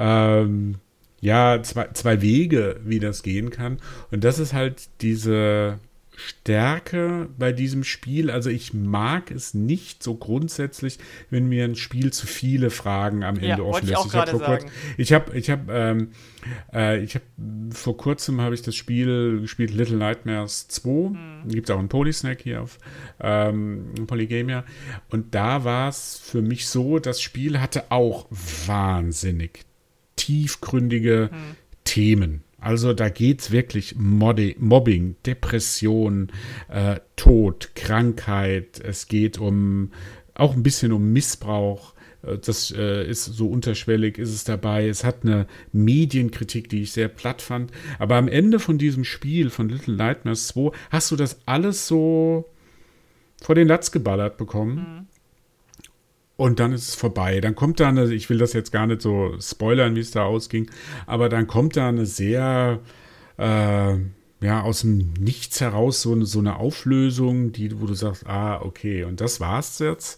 Wege, wie das gehen kann. Und das ist halt diese Stärke bei diesem Spiel. Also ich mag es nicht so grundsätzlich, wenn mir ein Spiel zu viele Fragen am Ende offen lässt. Ich habe vor kurzem habe ich das Spiel gespielt, Little Nightmares 2. Gibt es auch einen Polysnack hier auf Polygamia. Und da war es für mich so, das Spiel hatte auch wahnsinnig tiefgründige Themen. Also da geht es wirklich Mobbing, Depression, Tod, Krankheit. Es geht auch ein bisschen um Missbrauch. Das ist so unterschwellig, ist es dabei. Es hat eine Medienkritik, die ich sehr platt fand. Aber am Ende von diesem Spiel, von Little Nightmares 2, hast du das alles so vor den Latz geballert bekommen. Und dann ist es vorbei. Dann kommt da ich will das jetzt gar nicht so spoilern, wie es da ausging, aber dann kommt da eine sehr, aus dem Nichts heraus so eine Auflösung, wo du sagst, okay, und das war's jetzt.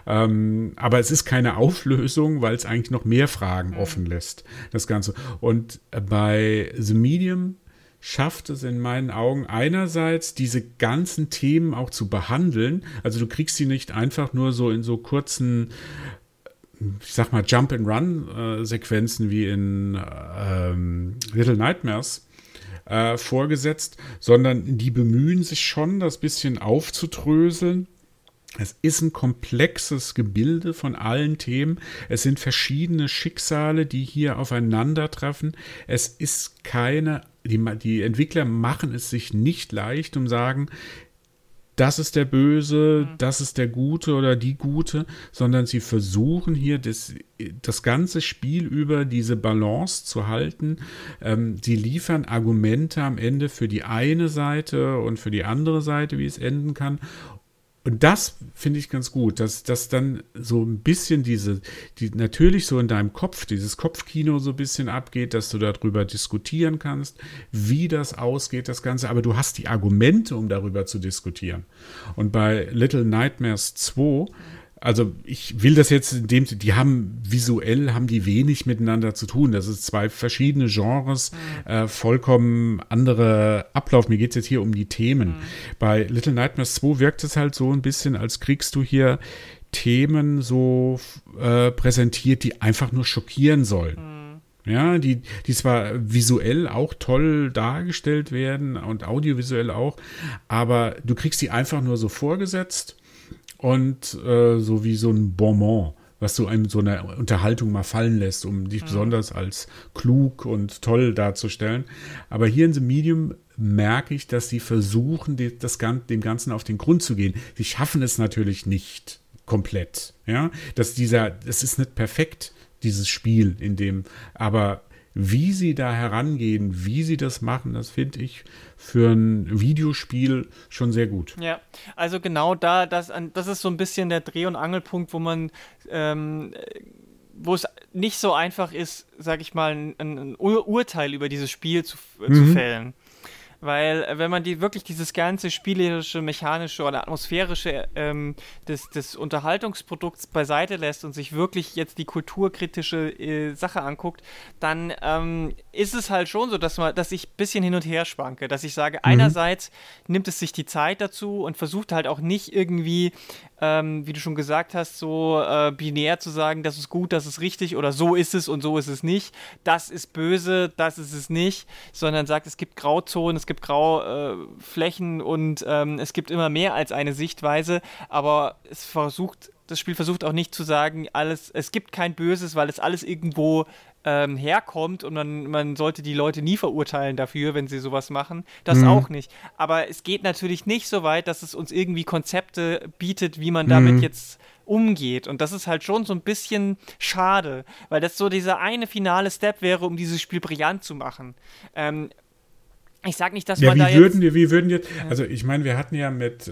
Aber es ist keine Auflösung, weil es eigentlich noch mehr Fragen offen lässt, das Ganze. Und bei The Medium schafft es in meinen Augen einerseits, diese ganzen Themen auch zu behandeln. Also du kriegst sie nicht einfach nur so in so kurzen, ich sag mal, Jump-and-Run-Sequenzen wie in Little Nightmares vorgesetzt, sondern die bemühen sich schon, das bisschen aufzudröseln. Es ist ein komplexes Gebilde von allen Themen. Es sind verschiedene Schicksale, die hier aufeinandertreffen. Es ist die Entwickler machen es sich nicht leicht und sagen, das ist der Böse, das ist der Gute oder die Gute, sondern sie versuchen hier das ganze Spiel über diese Balance zu halten. Sie liefern Argumente am Ende für die eine Seite und für die andere Seite, wie es enden kann. Und das finde ich ganz gut, dass dann so ein bisschen natürlich so in deinem Kopf, dieses Kopfkino so ein bisschen abgeht, dass du darüber diskutieren kannst, wie das ausgeht, das Ganze. Aber du hast die Argumente, um darüber zu diskutieren. Und bei Little Nightmares 2, also ich will das jetzt die haben wenig miteinander zu tun. Das ist zwei verschiedene Genres, vollkommen andere Ablauf. Mir geht es jetzt hier um die Themen. Bei Little Nightmares 2 wirkt es halt so ein bisschen, als kriegst du hier Themen so präsentiert, die einfach nur schockieren sollen. Ja, die zwar visuell auch toll dargestellt werden und audiovisuell auch, aber du kriegst die einfach nur so vorgesetzt. Und so wie so ein Bonbon, was du in so einer Unterhaltung mal fallen lässt, um dich besonders als klug und toll darzustellen. Aber hier in The Medium merke ich, dass sie versuchen, dem Ganzen auf den Grund zu gehen. Sie schaffen es natürlich nicht komplett. Ja? Es ist nicht perfekt, dieses Spiel, aber wie sie da herangehen, wie sie das machen, das finde ich für ein Videospiel schon sehr gut.
Ja, also genau das ist so ein bisschen der Dreh- und Angelpunkt, wo es nicht so einfach ist, sag ich mal, ein Urteil über dieses Spiel zu fällen. Weil wenn man wirklich dieses ganze spielerische, mechanische oder atmosphärische des Unterhaltungsprodukts beiseite lässt und sich wirklich jetzt die kulturkritische Sache anguckt, dann ist es halt schon so, dass ich ein bisschen hin und her schwanke. Dass ich sage, einerseits nimmt es sich die Zeit dazu und versucht halt auch nicht irgendwie, wie du schon gesagt hast, so binär zu sagen, das ist gut, das ist richtig oder so ist es und so ist es nicht. Das ist böse, das ist es nicht, sondern sagt, es gibt Grauzonen, es gibt Grauflächen und es gibt immer mehr als eine Sichtweise, aber das Spiel versucht auch nicht zu sagen, es gibt kein Böses, weil es alles irgendwo herkommt und man sollte die Leute nie verurteilen dafür, wenn sie sowas machen. Das auch nicht. Aber es geht natürlich nicht so weit, dass es uns irgendwie Konzepte bietet, wie man damit jetzt umgeht. Und das ist halt schon so ein bisschen schade, weil das so dieser eine finale Step wäre, um dieses Spiel brillant zu machen. Ich sag nicht, dass man da jetzt...
Wie würden jetzt... Also ich meine, wir hatten ja mit...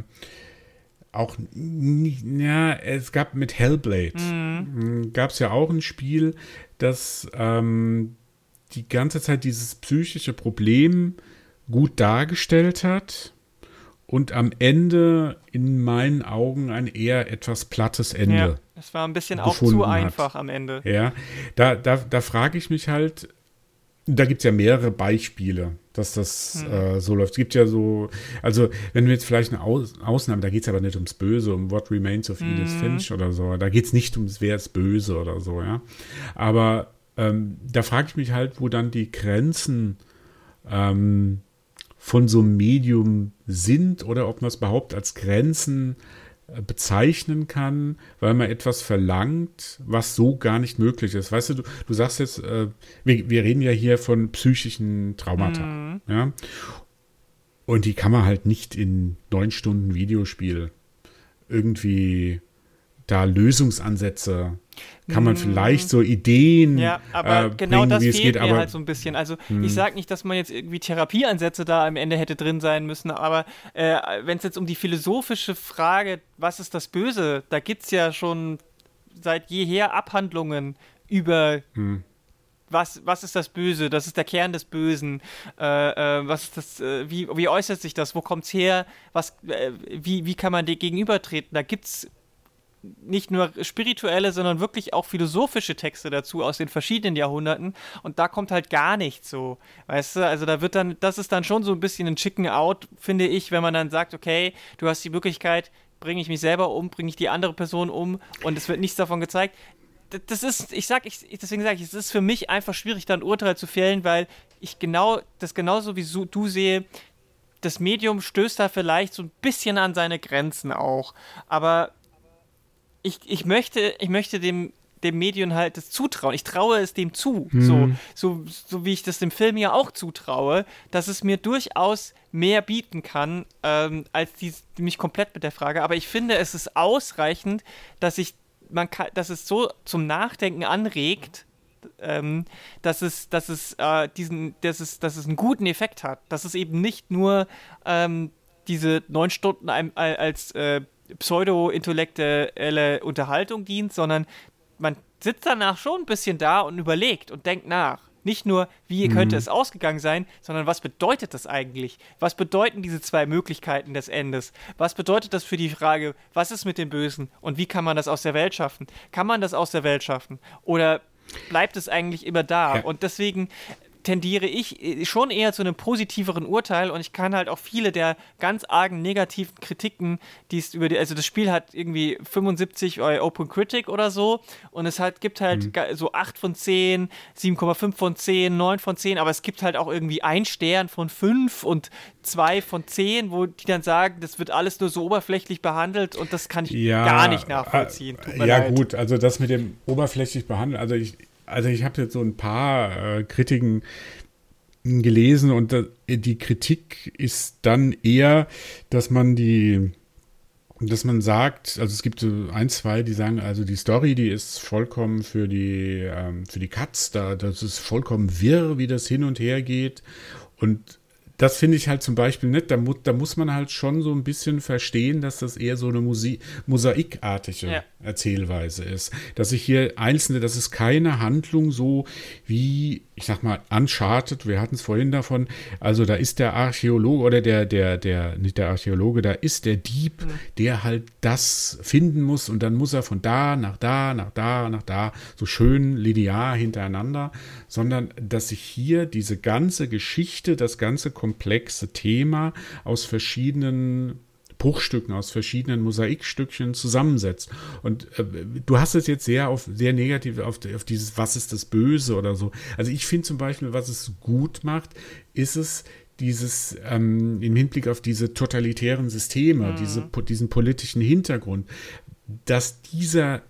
es gab mit Hellblade, gab es ja auch ein Spiel, das die ganze Zeit dieses psychische Problem gut dargestellt hat und am Ende in meinen Augen ein eher etwas plattes Ende.
Ja, es war ein bisschen auch zu einfach am Ende.
Ja, da frage ich mich halt, da gibt es ja mehrere Beispiele, dass das so läuft. Es gibt ja so, also wenn wir jetzt vielleicht eine Ausnahme, da geht es aber nicht ums Böse, um What Remains of Edith Finch oder so. Da geht es nicht ums, wer ist böse oder so, ja. Aber da frage ich mich halt, wo dann die Grenzen von so einem Medium sind oder ob man es überhaupt als Grenzen bezeichnen kann, weil man etwas verlangt, was so gar nicht möglich ist. Weißt du, du sagst jetzt, wir reden ja hier von psychischen Traumata. Ja? Und die kann man halt nicht in 9 Stunden Videospiel irgendwie da Lösungsansätze, kann man vielleicht so Ideen
aber genau
bringen,
das
wie es
fehlt
geht,
mir
aber
halt so ein bisschen. Also ich sage nicht, dass man jetzt irgendwie Therapieansätze da am Ende hätte drin sein müssen, aber wenn es jetzt um die philosophische Frage, was ist das Böse, da gibt es ja schon seit jeher Abhandlungen über was ist das Böse, das ist der Kern des Bösen, was ist das, wie äußert sich das, wo kommt es her, wie kann man dem gegenübertreten, da gibt es nicht nur spirituelle, sondern wirklich auch philosophische Texte dazu aus den verschiedenen Jahrhunderten und da kommt halt gar nichts so, weißt du, also das ist dann schon so ein bisschen ein Chicken Out, finde ich, wenn man dann sagt, okay, du hast die Möglichkeit, bringe ich mich selber um, bringe ich die andere Person um und es wird nichts davon gezeigt. Deswegen sage ich, es ist für mich einfach schwierig, da ein Urteil zu fällen, weil ich das genauso wie du sehe, das Medium stößt da vielleicht so ein bisschen an seine Grenzen auch, aber ich möchte dem Medium halt das zutrauen. Ich traue es dem zu. So wie ich das dem Film ja auch zutraue, dass es mir durchaus mehr bieten kann, als mich komplett mit der Frage. Aber ich finde, es ist ausreichend, dass es so zum Nachdenken anregt, dass es einen guten Effekt hat. Dass es eben nicht nur diese 9 Stunden als pseudo-intellektuelle Unterhaltung dient, sondern man sitzt danach schon ein bisschen da und überlegt und denkt nach. Nicht nur, wie könnte es ausgegangen sein, sondern was bedeutet das eigentlich? Was bedeuten diese 2 Möglichkeiten des Endes? Was bedeutet das für die Frage, was ist mit dem Bösen und wie kann man das aus der Welt schaffen? Kann man das aus der Welt schaffen? Oder bleibt es eigentlich immer da? Ja. Und deswegen tendiere ich schon eher zu einem positiveren Urteil und ich kann halt auch viele der ganz argen negativen Kritiken, die es also das Spiel hat irgendwie 75 Open Critic oder so und es gibt halt so 8 von 10, 7,5 von 10, 9 von 10, aber es gibt halt auch irgendwie 1 Stern von 5 und 2 von 10, wo die dann sagen, das wird alles nur so oberflächlich behandelt und das kann ich gar nicht nachvollziehen. Tut mir leid.
Gut, also das mit dem oberflächlich behandeln, also ich habe jetzt so ein paar Kritiken gelesen und die Kritik ist dann eher, dass man sagt, also es gibt so 1, 2, die sagen, also die Story, die ist vollkommen für die Katz, das ist vollkommen wirr, wie das hin und her geht und das finde ich halt zum Beispiel nicht. Da muss man halt schon so ein bisschen verstehen, dass das eher so eine mosaikartige Erzählweise ist. Dass ich hier das ist keine Handlung so wie ich sag mal, Uncharted, wir hatten es vorhin davon, also da ist der Archäologe oder nicht der Archäologe, da ist der Dieb, der halt das finden muss und dann muss er von da nach da, nach da, nach da, so schön linear hintereinander, sondern dass sich hier diese ganze Geschichte, das ganze komplexe Thema aus verschiedenen Bruchstücken, aus verschiedenen Mosaikstückchen zusammensetzt. Und du hast es jetzt sehr negativ auf dieses, was ist das Böse oder so. Also ich finde zum Beispiel, was es gut macht, ist es dieses, im Hinblick auf diese totalitären Systeme, diesen politischen Hintergrund, dass diese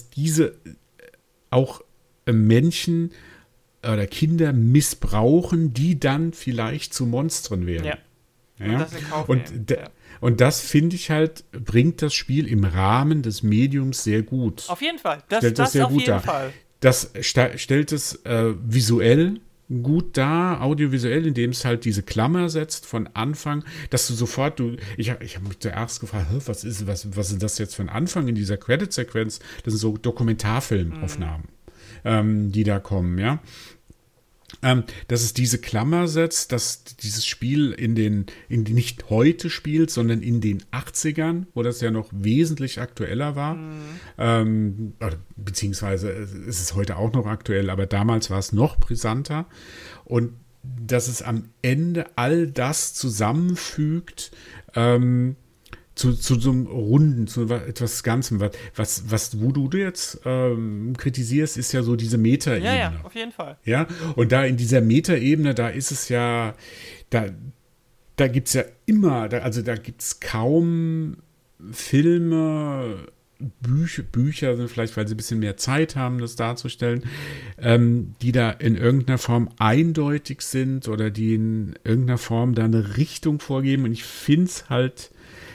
auch Menschen oder Kinder missbrauchen, die dann vielleicht zu Monstern werden. Ja. Ja? Und das finde ich halt, bringt das Spiel im Rahmen des Mediums sehr gut.
Auf jeden Fall. Das sehr auf gut jeden dar. Fall.
Das stellt es visuell gut dar, audiovisuell, indem es halt diese Klammer setzt von Anfang, dass du sofort, ich habe mich zuerst gefragt, was ist das jetzt für ein Anfang in dieser Credit-Sequenz? Das sind so Dokumentarfilmaufnahmen, die da kommen, ja. Dass es diese Klammer setzt, dass dieses Spiel in die nicht heute spielt, sondern in den 80ern, wo das ja noch wesentlich aktueller war. Beziehungsweise ist es heute auch noch aktuell, aber damals war es noch brisanter. Und dass es am Ende all das zusammenfügt, zu so einem Runden, zu etwas Ganzem. Wo du jetzt kritisierst, ist ja so diese Metaebene.
Ja, auf jeden Fall.
Ja, und da in dieser Metaebene, da ist es ja, da gibt es ja immer, da gibt es kaum Filme, Bücher sind vielleicht, weil sie ein bisschen mehr Zeit haben, das darzustellen, die da in irgendeiner Form eindeutig sind oder die in irgendeiner Form da eine Richtung vorgeben. Und ich finde es halt,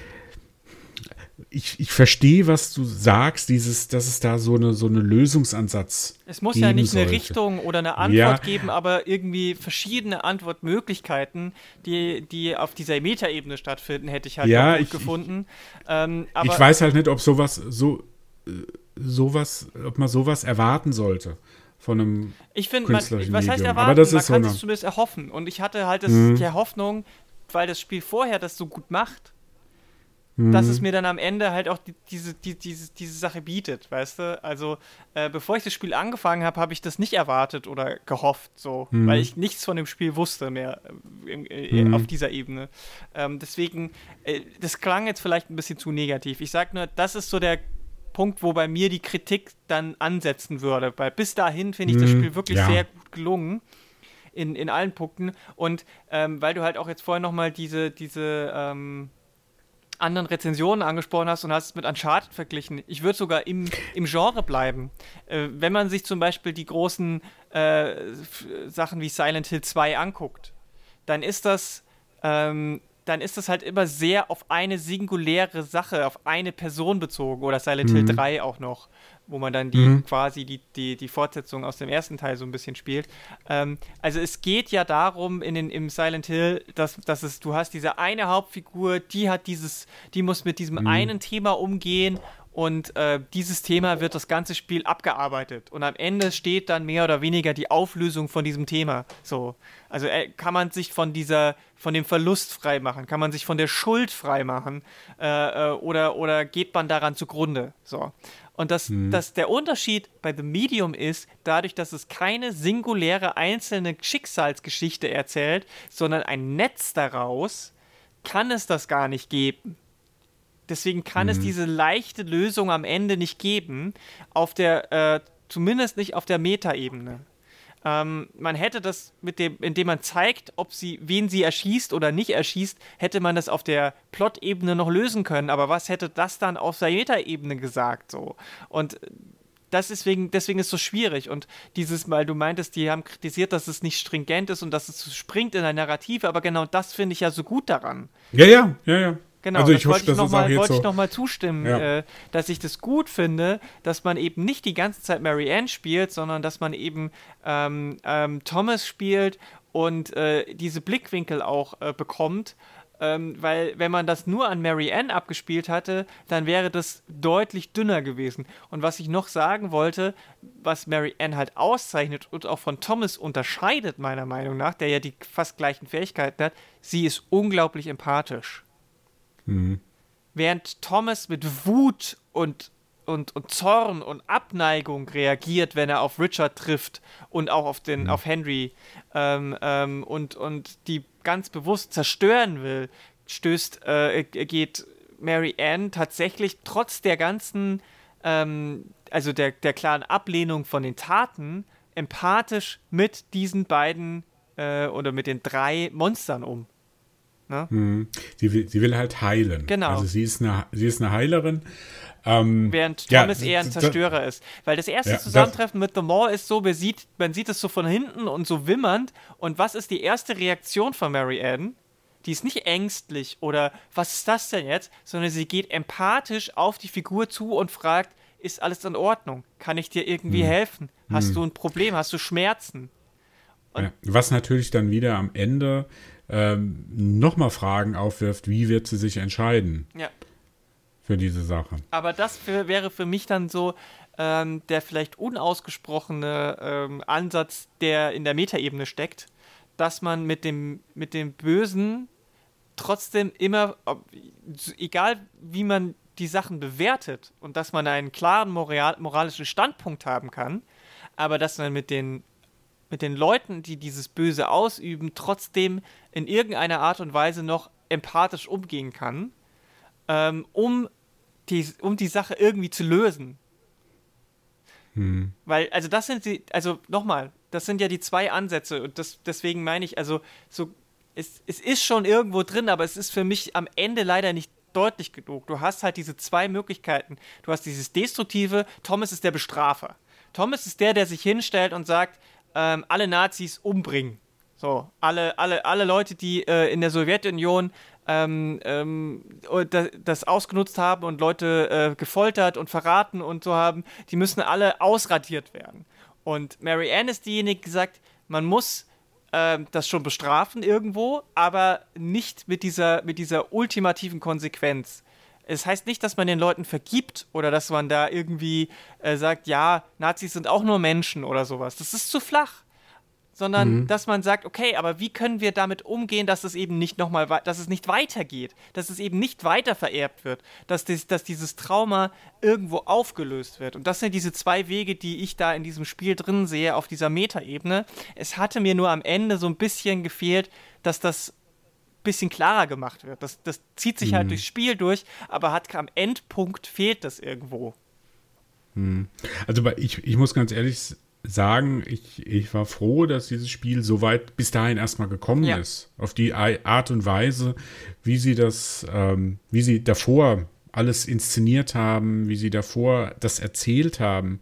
ich verstehe, was du sagst, dass es da so eine Lösungsansatz
Es muss ja nicht eine Richtung oder eine Antwort geben, aber irgendwie verschiedene Antwortmöglichkeiten, die auf dieser Metaebene stattfinden, hätte ich halt auch gut gefunden. Aber
ich weiß halt nicht, ob ob man sowas erwarten sollte von einem künstlerischen
was heißt
Medium.
erwarten?
Aber das
man
ist
kann es zumindest erhoffen. Und ich hatte halt die Hoffnung, weil das Spiel vorher das so gut macht, dass es mir dann am Ende halt auch diese Sache bietet, weißt du? Also, bevor ich das Spiel angefangen habe, habe ich das nicht erwartet oder gehofft, so, weil ich nichts von dem Spiel wusste mehr auf dieser Ebene. Deswegen, das klang jetzt vielleicht ein bisschen zu negativ. Ich sag nur, das ist so der Punkt, wo bei mir die Kritik dann ansetzen würde, weil bis dahin finde ich das Spiel wirklich sehr gut gelungen. In allen Punkten. Und weil du halt auch jetzt vorher nochmal diese anderen Rezensionen angesprochen hast und hast es mit Uncharted verglichen. Ich würde sogar im Genre bleiben. Wenn man sich zum Beispiel die großen Sachen wie Silent Hill 2 anguckt, dann ist das halt immer sehr auf eine singuläre Sache, auf eine Person bezogen. Oder Silent Hill 3 auch noch, wo man dann quasi die Fortsetzung aus dem ersten Teil so ein bisschen spielt. Also es geht ja darum im Silent Hill, dass du hast diese eine Hauptfigur, die muss mit diesem einen Thema umgehen und dieses Thema wird das ganze Spiel abgearbeitet. Und am Ende steht dann mehr oder weniger die Auflösung von diesem Thema. So. Also kann man sich von dem Verlust freimachen? Kann man sich von der Schuld freimachen? Oder geht man daran zugrunde? So. Und dass der Unterschied bei The Medium ist, dadurch, dass es keine singuläre einzelne Schicksalsgeschichte erzählt, sondern ein Netz daraus, kann es das gar nicht geben. Deswegen kann es diese leichte Lösung am Ende nicht geben, zumindest nicht auf der Metaebene. Man hätte das indem man zeigt, wen sie erschießt oder nicht erschießt, hätte man das auf der Plot-Ebene noch lösen können. Aber was hätte das dann auf der Meta-Ebene gesagt? So? Und deswegen ist es so schwierig. Und weil du meintest, die haben kritisiert, dass es nicht stringent ist und dass es springt in der Narrative, aber genau das finde ich ja so gut daran.
Ja.
Genau,
also ich hoffe, das ist auch jetzt so.
Ich nochmal zustimmen, dass ich das gut finde, dass man eben nicht die ganze Zeit Mary Ann spielt, sondern dass man eben Thomas spielt und diese Blickwinkel auch bekommt, Weil wenn man das nur an Mary Ann abgespielt hatte, dann wäre das deutlich dünner gewesen. Und was ich noch sagen wollte, was Mary Ann halt auszeichnet und auch von Thomas unterscheidet, meiner Meinung nach, der ja die fast gleichen Fähigkeiten hat, sie ist unglaublich empathisch.
Mhm.
Während Thomas mit Wut und Zorn und Abneigung reagiert, wenn er auf Richard trifft und auch auf Henry und die ganz bewusst zerstören will, geht Mary Ann tatsächlich trotz der ganzen, also der klaren Ablehnung von den Taten, empathisch mit diesen beiden oder mit den 3 Monstern um. Ne?
Sie will halt heilen.
Genau.
Also sie ist eine Heilerin.
Während Thomas eher ein Zerstörer ist. Weil das erste Zusammentreffen mit The Maw ist so, man sieht es so von hinten und so wimmernd. Und was ist die erste Reaktion von Mary Ann? Die ist nicht ängstlich oder was ist das denn jetzt? Sondern sie geht empathisch auf die Figur zu und fragt, ist alles in Ordnung? Kann ich dir irgendwie helfen? Hast du ein Problem? Hast du Schmerzen?
Was natürlich dann wieder am Ende nochmal Fragen aufwirft, wie wird sie sich entscheiden?
Ja.
Für diese Sache.
Aber das wäre für mich dann so der vielleicht unausgesprochene Ansatz, der in der Metaebene steckt, dass man mit dem Bösen trotzdem immer, egal wie man die Sachen bewertet und dass man einen klaren moralischen Standpunkt haben kann, aber dass man mit den Leuten, die dieses Böse ausüben, trotzdem in irgendeiner Art und Weise noch empathisch umgehen kann, um die Sache irgendwie zu lösen. Weil, also das sind das sind ja die 2 Ansätze und deswegen meine ich, also so, es ist schon irgendwo drin, aber es ist für mich am Ende leider nicht deutlich genug. Du hast halt diese 2 Möglichkeiten. Du hast dieses Destruktive, Thomas ist der Bestrafer. Thomas ist der sich hinstellt und sagt, alle Nazis umbringen. So, alle Leute, die in der Sowjetunion das ausgenutzt haben und Leute gefoltert und verraten und so haben, die müssen alle ausradiert werden. Und Mary Ann ist diejenige, die sagt, man muss das schon bestrafen irgendwo, aber nicht mit dieser ultimativen Konsequenz. Es heißt nicht, dass man den Leuten vergibt oder dass man da irgendwie sagt, ja, Nazis sind auch nur Menschen oder sowas. Das ist zu flach. Sondern, dass man sagt, okay, aber wie können wir damit umgehen, dass es eben nicht dass es nicht weitergeht, dass es eben nicht weiter vererbt wird, dass dieses Trauma irgendwo aufgelöst wird. Und das sind diese 2 Wege, die ich da in diesem Spiel drin sehe, auf dieser Metaebene. Es hatte mir nur am Ende so ein bisschen gefehlt, dass das ein bisschen klarer gemacht wird. Das zieht sich halt durchs Spiel durch, aber am Endpunkt fehlt das irgendwo.
Also ich muss ganz ehrlich sagen, ich war froh, dass dieses Spiel so weit bis dahin erstmal gekommen ist. Auf die Art und Weise, wie sie davor alles inszeniert haben, wie sie davor das erzählt haben.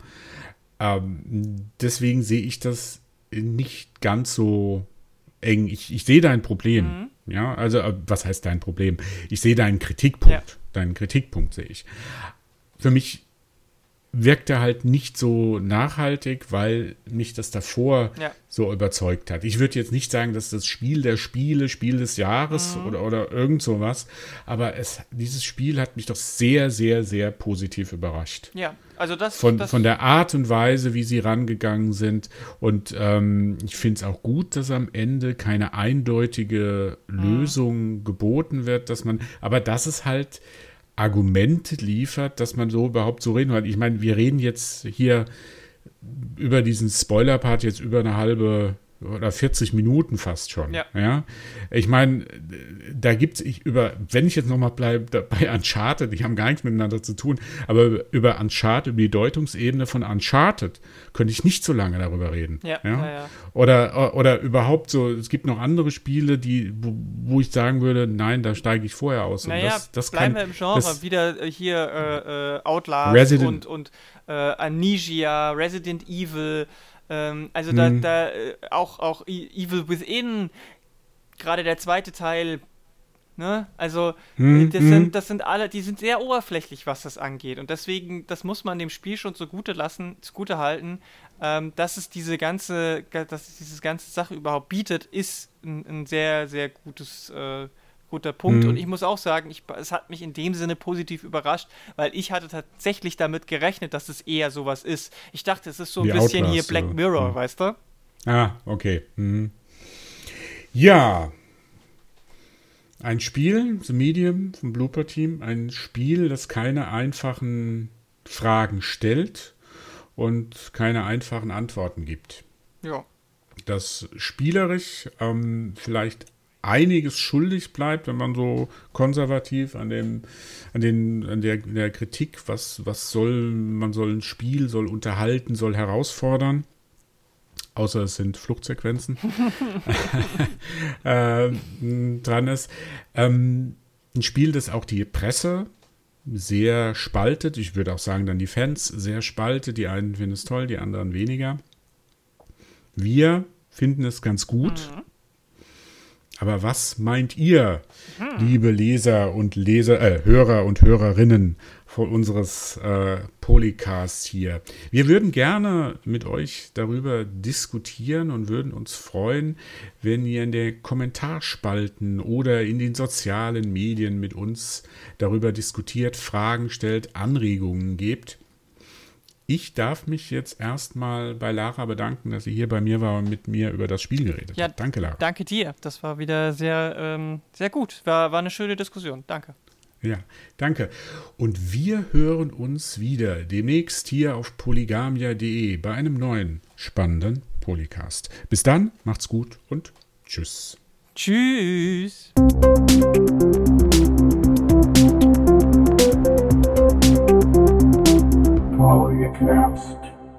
Deswegen sehe ich das nicht ganz so eng. Ich sehe dein Problem. Ja, also was heißt dein Problem? Ich sehe deinen Kritikpunkt. Ja. Deinen Kritikpunkt sehe ich. Für mich wirkt er halt nicht so nachhaltig, weil mich das davor so überzeugt hat. Ich würde jetzt nicht sagen, dass das Spiel der Spiele, Spiel des Jahres oder irgend sowas, aber dieses Spiel hat mich doch sehr, sehr, sehr positiv überrascht.
Ja, also
von der Art und Weise, wie sie rangegangen sind, und ich finde es auch gut, dass am Ende keine eindeutige Lösung geboten wird, aber dass es halt Argumente liefert, dass man so überhaupt so reden kann. Ich meine, wir reden jetzt hier über diesen Spoiler-Part jetzt über eine halbe oder 40 Minuten fast schon. Ja? Ich meine, da gibt es, wenn ich jetzt nochmal bleibe bei Uncharted, die haben gar nichts miteinander zu tun, aber über Uncharted, über die Deutungsebene von Uncharted, könnte ich nicht so lange darüber reden. Ja. Oder überhaupt so, es gibt noch andere Spiele, wo ich sagen würde, nein, da steige ich vorher aus.
Naja, das bleiben wir im Genre, wieder hier Outlast und Amnesia, Resident Evil, also da auch Evil Within, gerade der 2. Teil, ne? Also das sind alle, die sind sehr oberflächlich, was das angeht. Und deswegen, das muss man dem Spiel schon zugute halten, dass es diese ganze Sache überhaupt bietet, ist ein sehr, sehr gute guter Punkt. Und ich muss auch sagen, es hat mich in dem Sinne positiv überrascht, weil ich hatte tatsächlich damit gerechnet, dass es eher sowas ist. Ich dachte, es ist so ein
Wie
bisschen
Outlast,
hier Black Mirror, weißt du?
Ah, okay. Ja. Ein Spiel, The Medium vom Blooper Team, ein Spiel, das keine einfachen Fragen stellt und keine einfachen Antworten gibt.
Ja.
Das spielerisch vielleicht einiges schuldig bleibt, wenn man so konservativ an der Kritik, was soll ein Spiel, soll unterhalten, soll herausfordern. Außer es sind Fluchtsequenzen dran ist. Ein Spiel, das auch die Presse sehr spaltet. Ich würde auch sagen, dann die Fans sehr spaltet. Die einen finden es toll, die anderen weniger. Wir finden es ganz gut. Aber was meint ihr, liebe Hörer und Hörerinnen von unseres Polycasts hier? Wir würden gerne mit euch darüber diskutieren und würden uns freuen, wenn ihr in den Kommentarspalten oder in den sozialen Medien mit uns darüber diskutiert, Fragen stellt, Anregungen gebt. Ich darf mich jetzt erstmal bei Lara bedanken, dass sie hier bei mir war und mit mir über das Spiel geredet hat. Danke, Lara.
Danke dir. Das war wieder sehr, sehr gut. War eine schöne Diskussion. Danke.
Ja, danke. Und wir hören uns wieder demnächst hier auf polygamia.de bei einem neuen, spannenden Polycast. Bis dann, macht's gut und tschüss.
Tschüss.
Polycast.